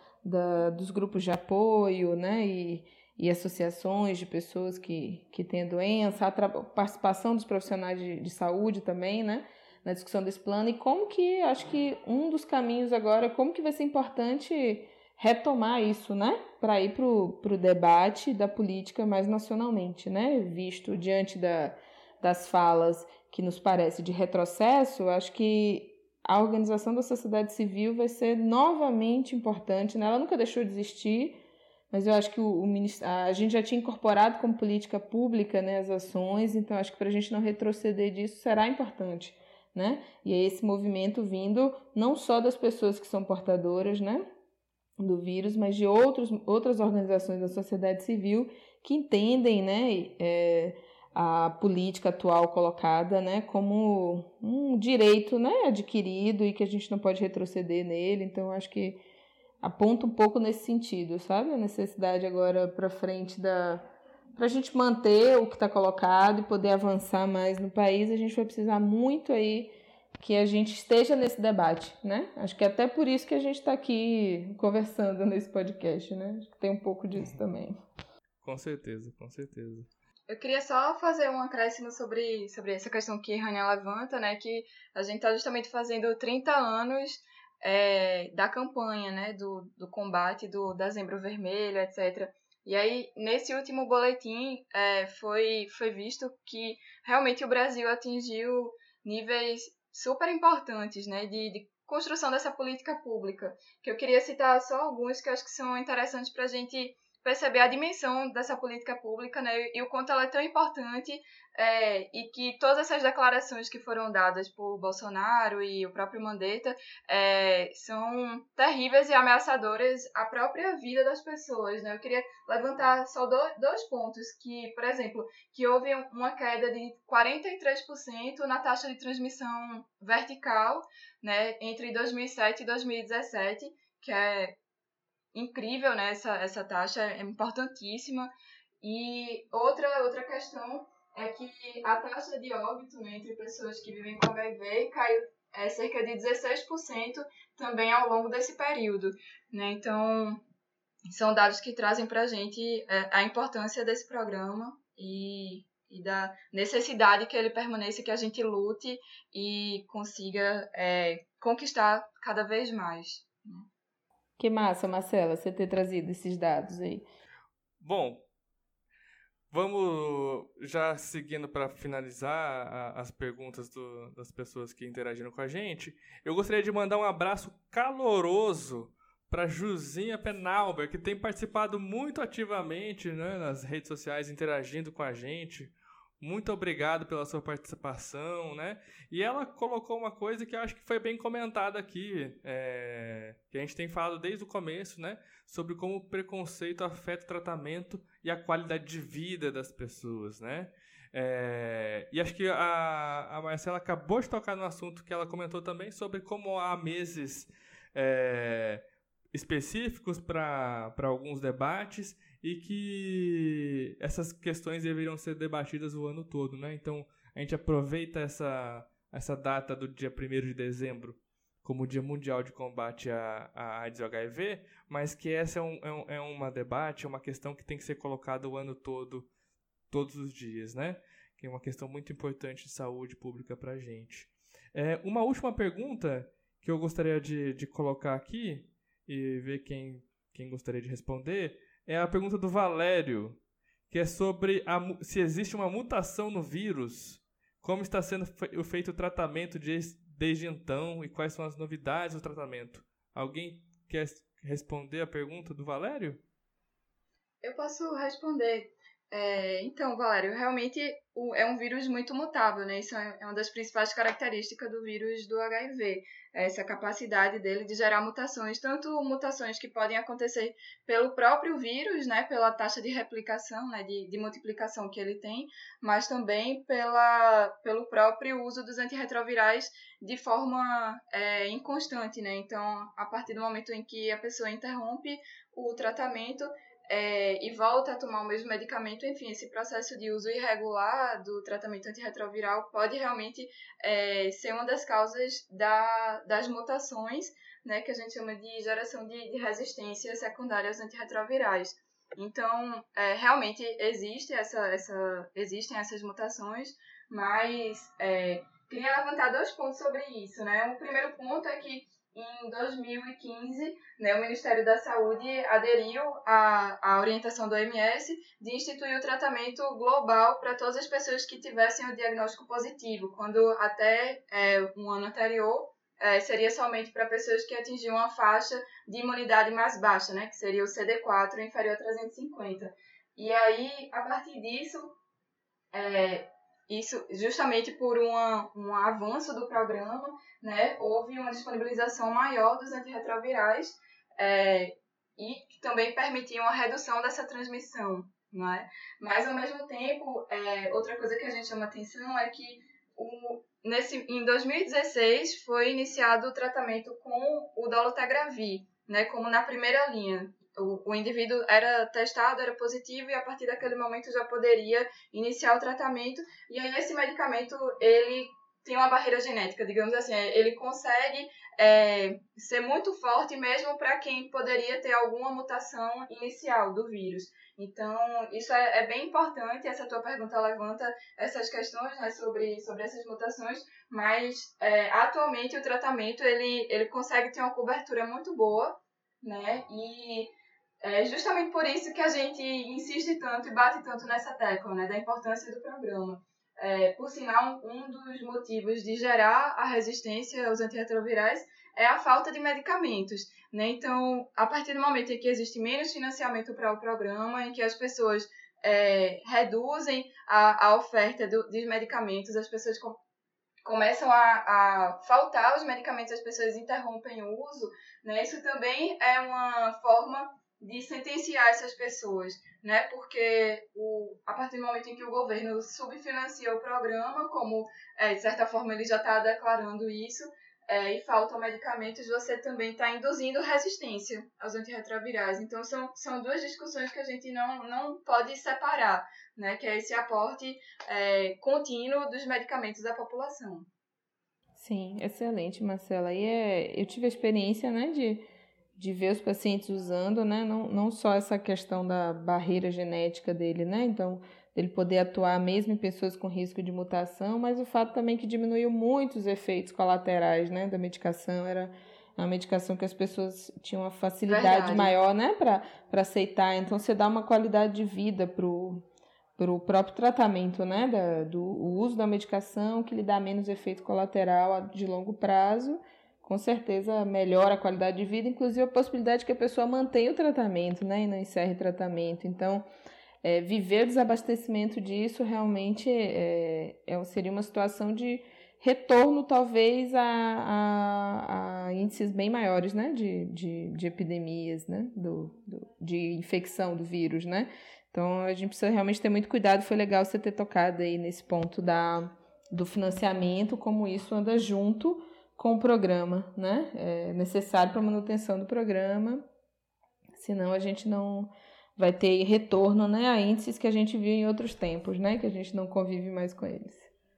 dos grupos de apoio, né, e associações de pessoas que têm a doença, a participação dos profissionais de saúde também, né, na discussão desse plano, e como que, acho que um dos caminhos agora, como que vai ser importante retomar isso, né, para ir para o debate da política mais nacionalmente, né, visto diante das falas que nos parece de retrocesso, acho que a organização da sociedade civil vai ser novamente importante, né, ela nunca deixou de existir, mas eu acho que a gente já tinha incorporado como política pública, né, as ações, então acho que para a gente não retroceder disso será importante, né? E é esse movimento vindo não só das pessoas que são portadoras, né, do vírus, mas de outras organizações da sociedade civil que entendem, né, a política atual colocada, né, como um direito, né, adquirido e que a gente não pode retroceder nele. Então acho que aponta um pouco nesse sentido, sabe? A necessidade agora para frente para a gente manter o que está colocado e poder avançar mais no país, a gente vai precisar muito aí que a gente esteja nesse debate, né? Acho que é até por isso que a gente está aqui conversando nesse podcast, né? Acho que tem um pouco disso também. Com certeza, com certeza. Eu queria só fazer um acréscimo sobre essa questão que a Rania levanta, né? Que a gente está justamente fazendo 30 anos da campanha, né, do combate do Dezembro Vermelho, etc. E aí, nesse último boletim, foi visto que realmente o Brasil atingiu níveis super importantes, né, de construção dessa política pública, que eu queria citar só alguns que eu acho que são interessantes para a gente perceber a dimensão dessa política pública, né, e o quanto ela é tão importante, e que todas essas declarações que foram dadas por Bolsonaro e o próprio Mandetta são terríveis e ameaçadoras à própria vida das pessoas, né? Eu queria levantar só dois pontos, que, por exemplo, que houve uma queda de 43% na taxa de transmissão vertical, né, entre 2007 e 2017, que é incrível, né? Essa taxa é importantíssima. E outra questão é que a taxa de óbito, né, entre pessoas que vivem com HIV caiu cerca de 16% também ao longo desse período, né? Então, são dados que trazem para a gente a importância desse programa e da necessidade que ele permaneça, que a gente lute e consiga conquistar cada vez mais, né? Que massa, Marcela, você ter trazido esses dados aí. Bom, vamos já seguindo para finalizar as perguntas das pessoas que interagiram com a gente. Eu gostaria de mandar um abraço caloroso para Juzinha Penalber, que tem participado muito ativamente, né, nas redes sociais, interagindo com a gente. Muito obrigado pela sua participação, né? E ela colocou uma coisa que eu acho que foi bem comentada aqui, que a gente tem falado desde o começo, né? Sobre como o preconceito afeta o tratamento e a qualidade de vida das pessoas, né? E acho que a Marcela acabou de tocar no assunto que ela comentou também sobre como há meses específicos para alguns debates e que essas questões deveriam ser debatidas o ano todo, né? Então, a gente aproveita essa data do dia 1º de dezembro como Dia Mundial de Combate à AIDS e ao HIV, mas que essa é um debate, é uma questão que tem que ser colocada o ano todo, todos os dias, né? Que é uma questão muito importante de saúde pública para a gente. Uma última pergunta que eu gostaria de colocar aqui e ver quem gostaria de responder é a pergunta do Valério, que é sobre se existe uma mutação no vírus, como está sendo feito o tratamento desde então e quais são as novidades do tratamento. Alguém quer responder a pergunta do Valério? Eu posso responder. Então, Valério, realmente é um vírus muito mutável, né? Isso é uma das principais características do vírus do HIV, essa capacidade dele de gerar mutações, tanto mutações que podem acontecer pelo próprio vírus, né? Pela taxa de replicação, né? De multiplicação que ele tem, mas também pelo próprio uso dos antirretrovirais de forma inconstante, né? Então, a partir do momento em que a pessoa interrompe o tratamento, e volta a tomar o mesmo medicamento, enfim, esse processo de uso irregular do tratamento antirretroviral pode realmente ser uma das causas das mutações, né, que a gente chama de geração de resistência secundária aos antirretrovirais. Então, realmente existem essas mutações, mas queria levantar 2 pontos sobre isso, né? O primeiro ponto é que em 2015, né, o Ministério da Saúde aderiu à orientação do OMS de instituir o tratamento global para todas as pessoas que tivessem o diagnóstico positivo, quando até um ano anterior seria somente para pessoas que atingiam uma faixa de imunidade mais baixa, né, que seria o CD4 inferior a 350. E aí, a partir disso, isso justamente por um avanço do programa, né, houve uma disponibilização maior dos antirretrovirais e que também permitiam a redução dessa transmissão, não é? Mas, ao mesmo tempo, outra coisa que a gente chama atenção é que em 2016 foi iniciado o tratamento com o dolutegravir, né, como na primeira linha. O indivíduo era testado, era positivo, e a partir daquele momento já poderia iniciar o tratamento. E aí esse medicamento, ele tem uma barreira genética, digamos assim, ele consegue ser muito forte mesmo para quem poderia ter alguma mutação inicial do vírus. Então, isso é bem importante. Essa tua pergunta levanta essas questões, né, sobre essas mutações, mas atualmente o tratamento ele consegue ter uma cobertura muito boa, né, e é justamente por isso que a gente insiste tanto e bate tanto nessa tecla, né, da importância do programa. Por sinal, um dos motivos de gerar a resistência aos antirretrovirais é a falta de medicamentos, né? Então, a partir do momento em que existe menos financiamento para o programa, em que as pessoas reduzem a oferta dos medicamentos, as pessoas começam a faltar os medicamentos, as pessoas interrompem o uso, né? Isso também é uma forma de sentenciar essas pessoas, né? Porque a partir do momento em que o governo subfinancia o programa, como de certa forma ele já está declarando isso, e faltam medicamentos, você também está induzindo resistência aos antirretrovirais. Então são 2 discussões que a gente não pode separar, né? Que é esse aporte contínuo dos medicamentos à população. Sim, excelente, Marcela. E eu tive a experiência, né, de ver os pacientes usando, né, não só essa questão da barreira genética dele, né, então ele poder atuar mesmo em pessoas com risco de mutação, mas o fato também que diminuiu muito os efeitos colaterais, né, da medicação. Era uma medicação que as pessoas tinham uma facilidade maior, né, para aceitar. Então você dá uma qualidade de vida pro próprio tratamento, né, do uso da medicação, que lhe dá menos efeito colateral de longo prazo. Com certeza melhora a qualidade de vida, inclusive a possibilidade que a pessoa mantenha o tratamento, né, e não encerre o tratamento. Então, viver o desabastecimento disso realmente seria uma situação de retorno, talvez, a índices bem maiores, né, de epidemias, né, de infecção do vírus, né. Então, a gente precisa realmente ter muito cuidado. Foi legal você ter tocado aí nesse ponto do financiamento, como isso anda junto com o programa, né? É necessário para a manutenção do programa, senão a gente não vai ter retorno, né, a índices que a gente viu em outros tempos, né? Que a gente não convive mais com eles.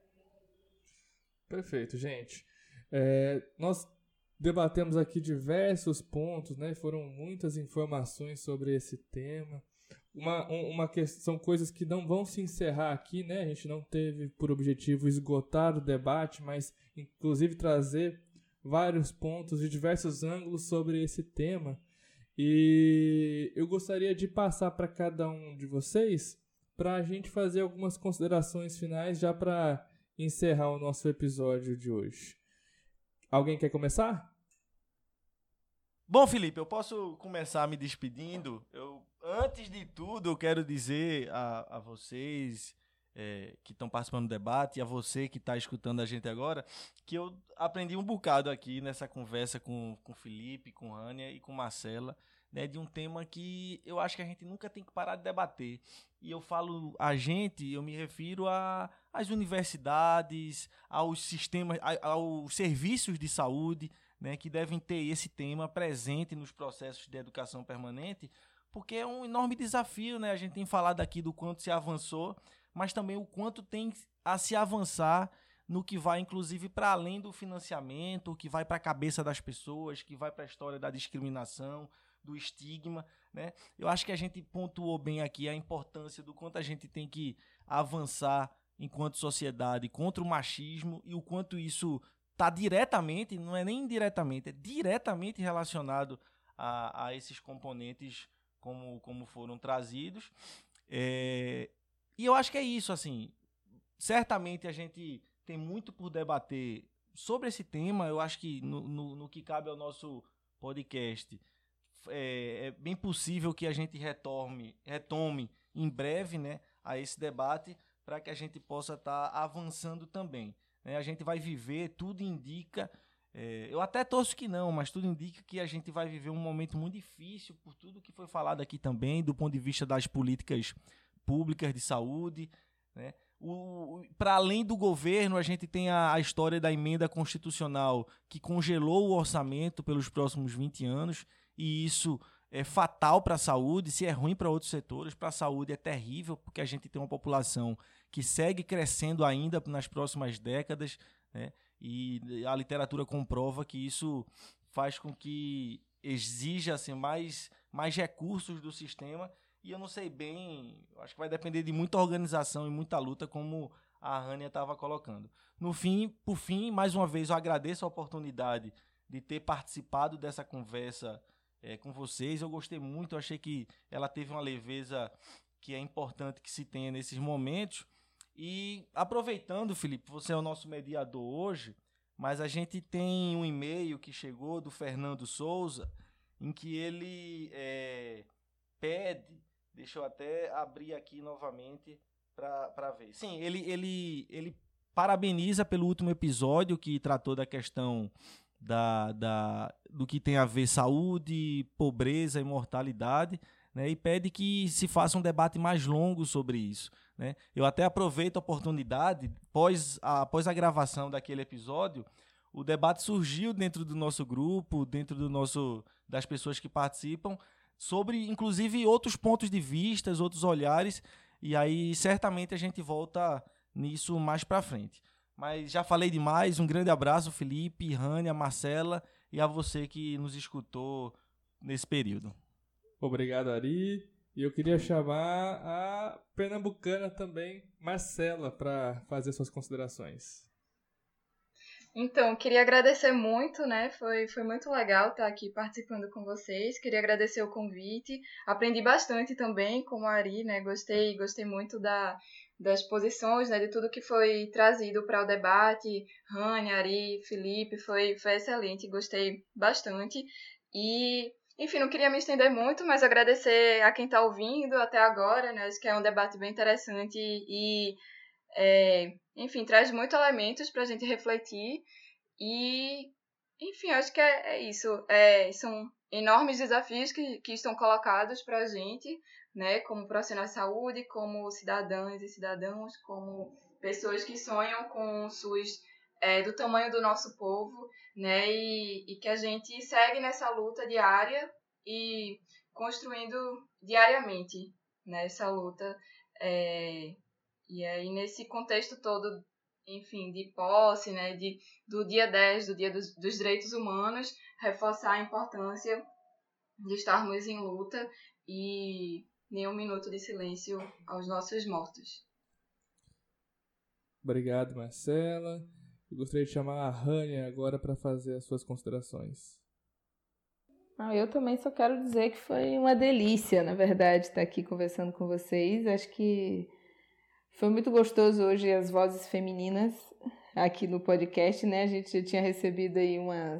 Perfeito, gente. Nós debatemos aqui diversos pontos, né? Foram muitas informações sobre esse tema. São coisas que não vão se encerrar aqui, né? A gente não teve por objetivo esgotar o debate, mas inclusive trazer vários pontos de diversos ângulos sobre esse tema. E eu gostaria de passar para cada um de vocês para a gente fazer algumas considerações finais já para encerrar o nosso episódio de hoje. Alguém quer começar? Bom, Felipe, eu posso começar me despedindo. Antes de tudo, eu quero dizer a vocês que estão participando do debate e a você que está escutando a gente agora, que eu aprendi um bocado aqui nessa conversa com o Felipe, com Rania e com Marcela, né, de um tema que eu acho que a gente nunca tem que parar de debater. E eu falo eu me refiro às universidades, aos sistemas, aos serviços de saúde, né, que devem ter esse tema presente nos processos de educação permanente, porque é um enorme desafio, né? A gente tem falado aqui do quanto se avançou, mas também o quanto tem a se avançar no que vai, inclusive, para além do financiamento, que vai para a cabeça das pessoas, que vai para a história da discriminação, do estigma, né? Eu acho que a gente pontuou bem aqui a importância do quanto a gente tem que avançar enquanto sociedade contra o machismo e o quanto isso está diretamente, não é nem indiretamente, é diretamente relacionado a esses componentes como foram trazidos. E eu acho que é isso, assim, certamente a gente tem muito por debater sobre esse tema. Eu acho que no que cabe ao nosso podcast, é bem possível que a gente retome em breve, né, a esse debate, para que a gente possa estar avançando também, né? A gente vai viver, tudo indica, eu até torço que não, mas tudo indica que a gente vai viver um momento muito difícil por tudo que foi falado aqui também, do ponto de vista das políticas públicas de saúde, né? Para além do governo, a gente tem a história da emenda constitucional que congelou o orçamento pelos próximos 20 anos, e isso é fatal para a saúde. Se é ruim para outros setores, para a saúde é terrível, porque a gente tem uma população que segue crescendo ainda nas próximas décadas, né? E a literatura comprova que isso faz com que exija assim, mais recursos do sistema. E eu não sei bem, acho que vai depender de muita organização e muita luta, como a Rania estava colocando. Por fim, mais uma vez, eu agradeço a oportunidade de ter participado dessa conversa com vocês. Eu gostei muito, eu achei que ela teve uma leveza que é importante que se tenha nesses momentos. E aproveitando, Felipe, você é o nosso mediador hoje, mas a gente tem um e-mail que chegou do Fernando Souza, em que ele pede... Deixa eu até abrir aqui novamente para ver. Sim, ele parabeniza pelo último episódio que tratou da questão do que tem a ver saúde, pobreza e mortalidade, né? E pede que se faça um debate mais longo sobre isso, né? Eu até aproveito a oportunidade, após a gravação daquele episódio, o debate surgiu dentro do nosso grupo, dentro das pessoas que participam, sobre, inclusive, outros pontos de vista, outros olhares, e aí certamente a gente volta nisso mais para frente. Mas já falei demais, um grande abraço, Felipe, Rania, Marcela, e a você que nos escutou nesse período. Obrigado, Ari. E eu queria chamar a pernambucana também, Marcela, para fazer suas considerações. Então, queria agradecer muito, né? Foi muito legal estar aqui participando com vocês. Queria agradecer o convite. Aprendi bastante também com a Ari, né? Gostei muito das posições, né? De tudo que foi trazido para o debate. Rania, Ari, Felipe, foi excelente. Gostei bastante. E, enfim, não queria me estender muito, mas agradecer a quem está ouvindo até agora, né? Acho que é um debate bem interessante e... enfim, traz muitos elementos para a gente refletir e, enfim, acho que é isso. São enormes desafios que estão colocados para a gente, né, como profissionais de saúde, como cidadãs e cidadãos, como pessoas que sonham com o SUS do tamanho do nosso povo, né, e que a gente segue nessa luta diária e construindo diariamente, né, essa luta. E aí, nesse contexto todo, enfim, de posse, né, do dia 10, do Dia dos Direitos Humanos, reforçar a importância de estarmos em luta e nenhum minuto de silêncio aos nossos mortos. Obrigado, Marcela. Eu gostaria de chamar a Rania agora para fazer as suas considerações. Eu também só quero dizer que foi uma delícia, na verdade, estar aqui conversando com vocês. Acho que foi muito gostoso hoje as vozes femininas aqui no podcast, né? A gente já tinha recebido aí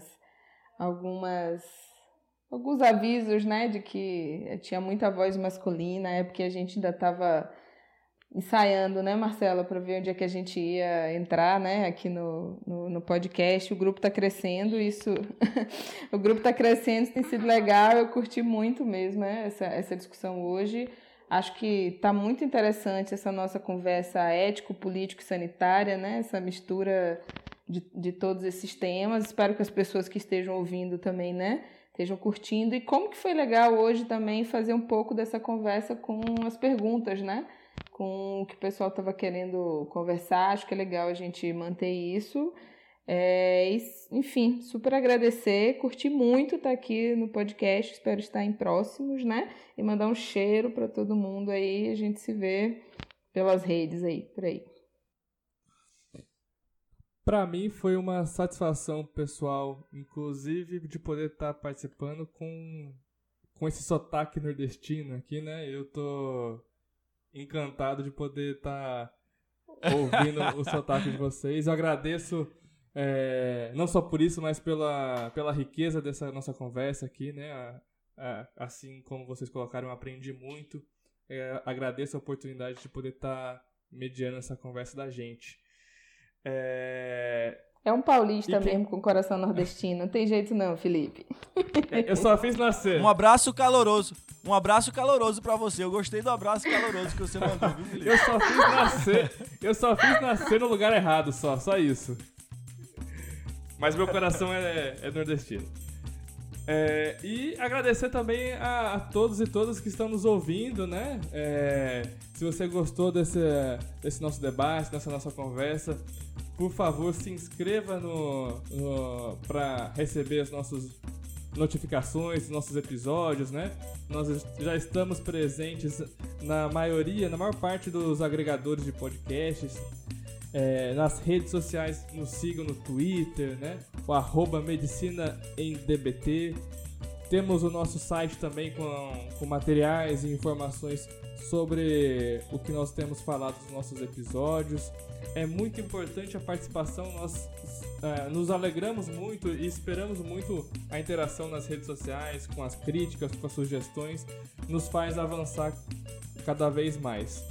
alguns avisos, né? De que tinha muita voz masculina, porque a gente ainda estava ensaiando, né, Marcela, para ver onde é que a gente ia entrar, né? Aqui no podcast. O grupo está crescendo, isso... O grupo está crescendo, isso tem sido legal, eu curti muito mesmo, né? Essa discussão hoje. Acho que está muito interessante essa nossa conversa ético, político e sanitária, né? Essa mistura de todos esses temas. Espero que as pessoas que estejam ouvindo também, né, estejam curtindo. E como que foi legal hoje também fazer um pouco dessa conversa com as perguntas, né? Com o que o pessoal estava querendo conversar. Acho que é legal a gente manter isso. Enfim, super agradecer. Curti muito estar aqui no podcast. Espero estar em próximos, né? E mandar um cheiro para todo mundo aí. A gente se vê pelas redes aí, por aí. Para mim foi uma satisfação pessoal, inclusive, de poder estar participando com esse sotaque nordestino aqui, né? Eu tô encantado de poder estar ouvindo o sotaque de vocês. Eu agradeço não só por isso, mas pela riqueza dessa nossa conversa aqui, né? Assim como vocês colocaram, eu aprendi muito. Agradeço a oportunidade de poder estar mediando essa conversa da gente. É um paulista mesmo com coração nordestino. Não tem jeito não, Felipe. Eu só fiz nascer. Um abraço caloroso. Um abraço caloroso pra você. Eu gostei do abraço caloroso que você mandou, viu, Felipe? Eu só fiz nascer no lugar errado, só isso. Mas meu coração é nordestino. E agradecer também a todos e todas que estão nos ouvindo, né? Se você gostou desse nosso debate, dessa nossa conversa, por favor, se inscreva para receber as nossas notificações, nossos episódios, né? Nós já estamos presentes na maior parte dos agregadores de podcasts. Nas redes sociais, nos sigam no Twitter, né? O @medicinaemdbt. Temos o nosso site também com materiais e informações sobre o que nós temos falado nos nossos episódios. É muito importante a participação, nós nos alegramos muito e esperamos muito a interação nas redes sociais, com as críticas, com as sugestões, nos faz avançar cada vez mais.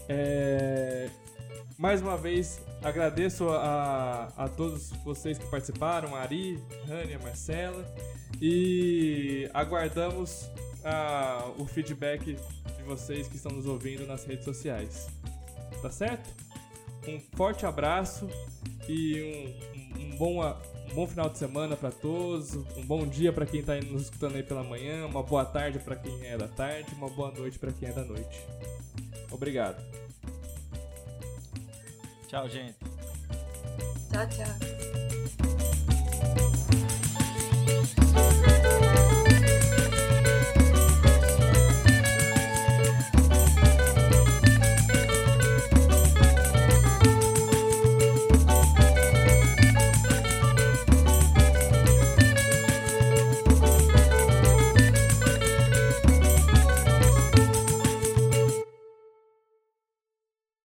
Mais uma vez, agradeço a todos vocês que participaram, a Ari, Rania, Marcela, e aguardamos o feedback de vocês que estão nos ouvindo nas redes sociais. Tá certo? Um forte abraço e um bom final de semana para todos, um bom dia para quem está nos escutando aí pela manhã, uma boa tarde para quem é da tarde, uma boa noite para quem é da noite. Obrigado. Tchau, gente. Tchau, tchau.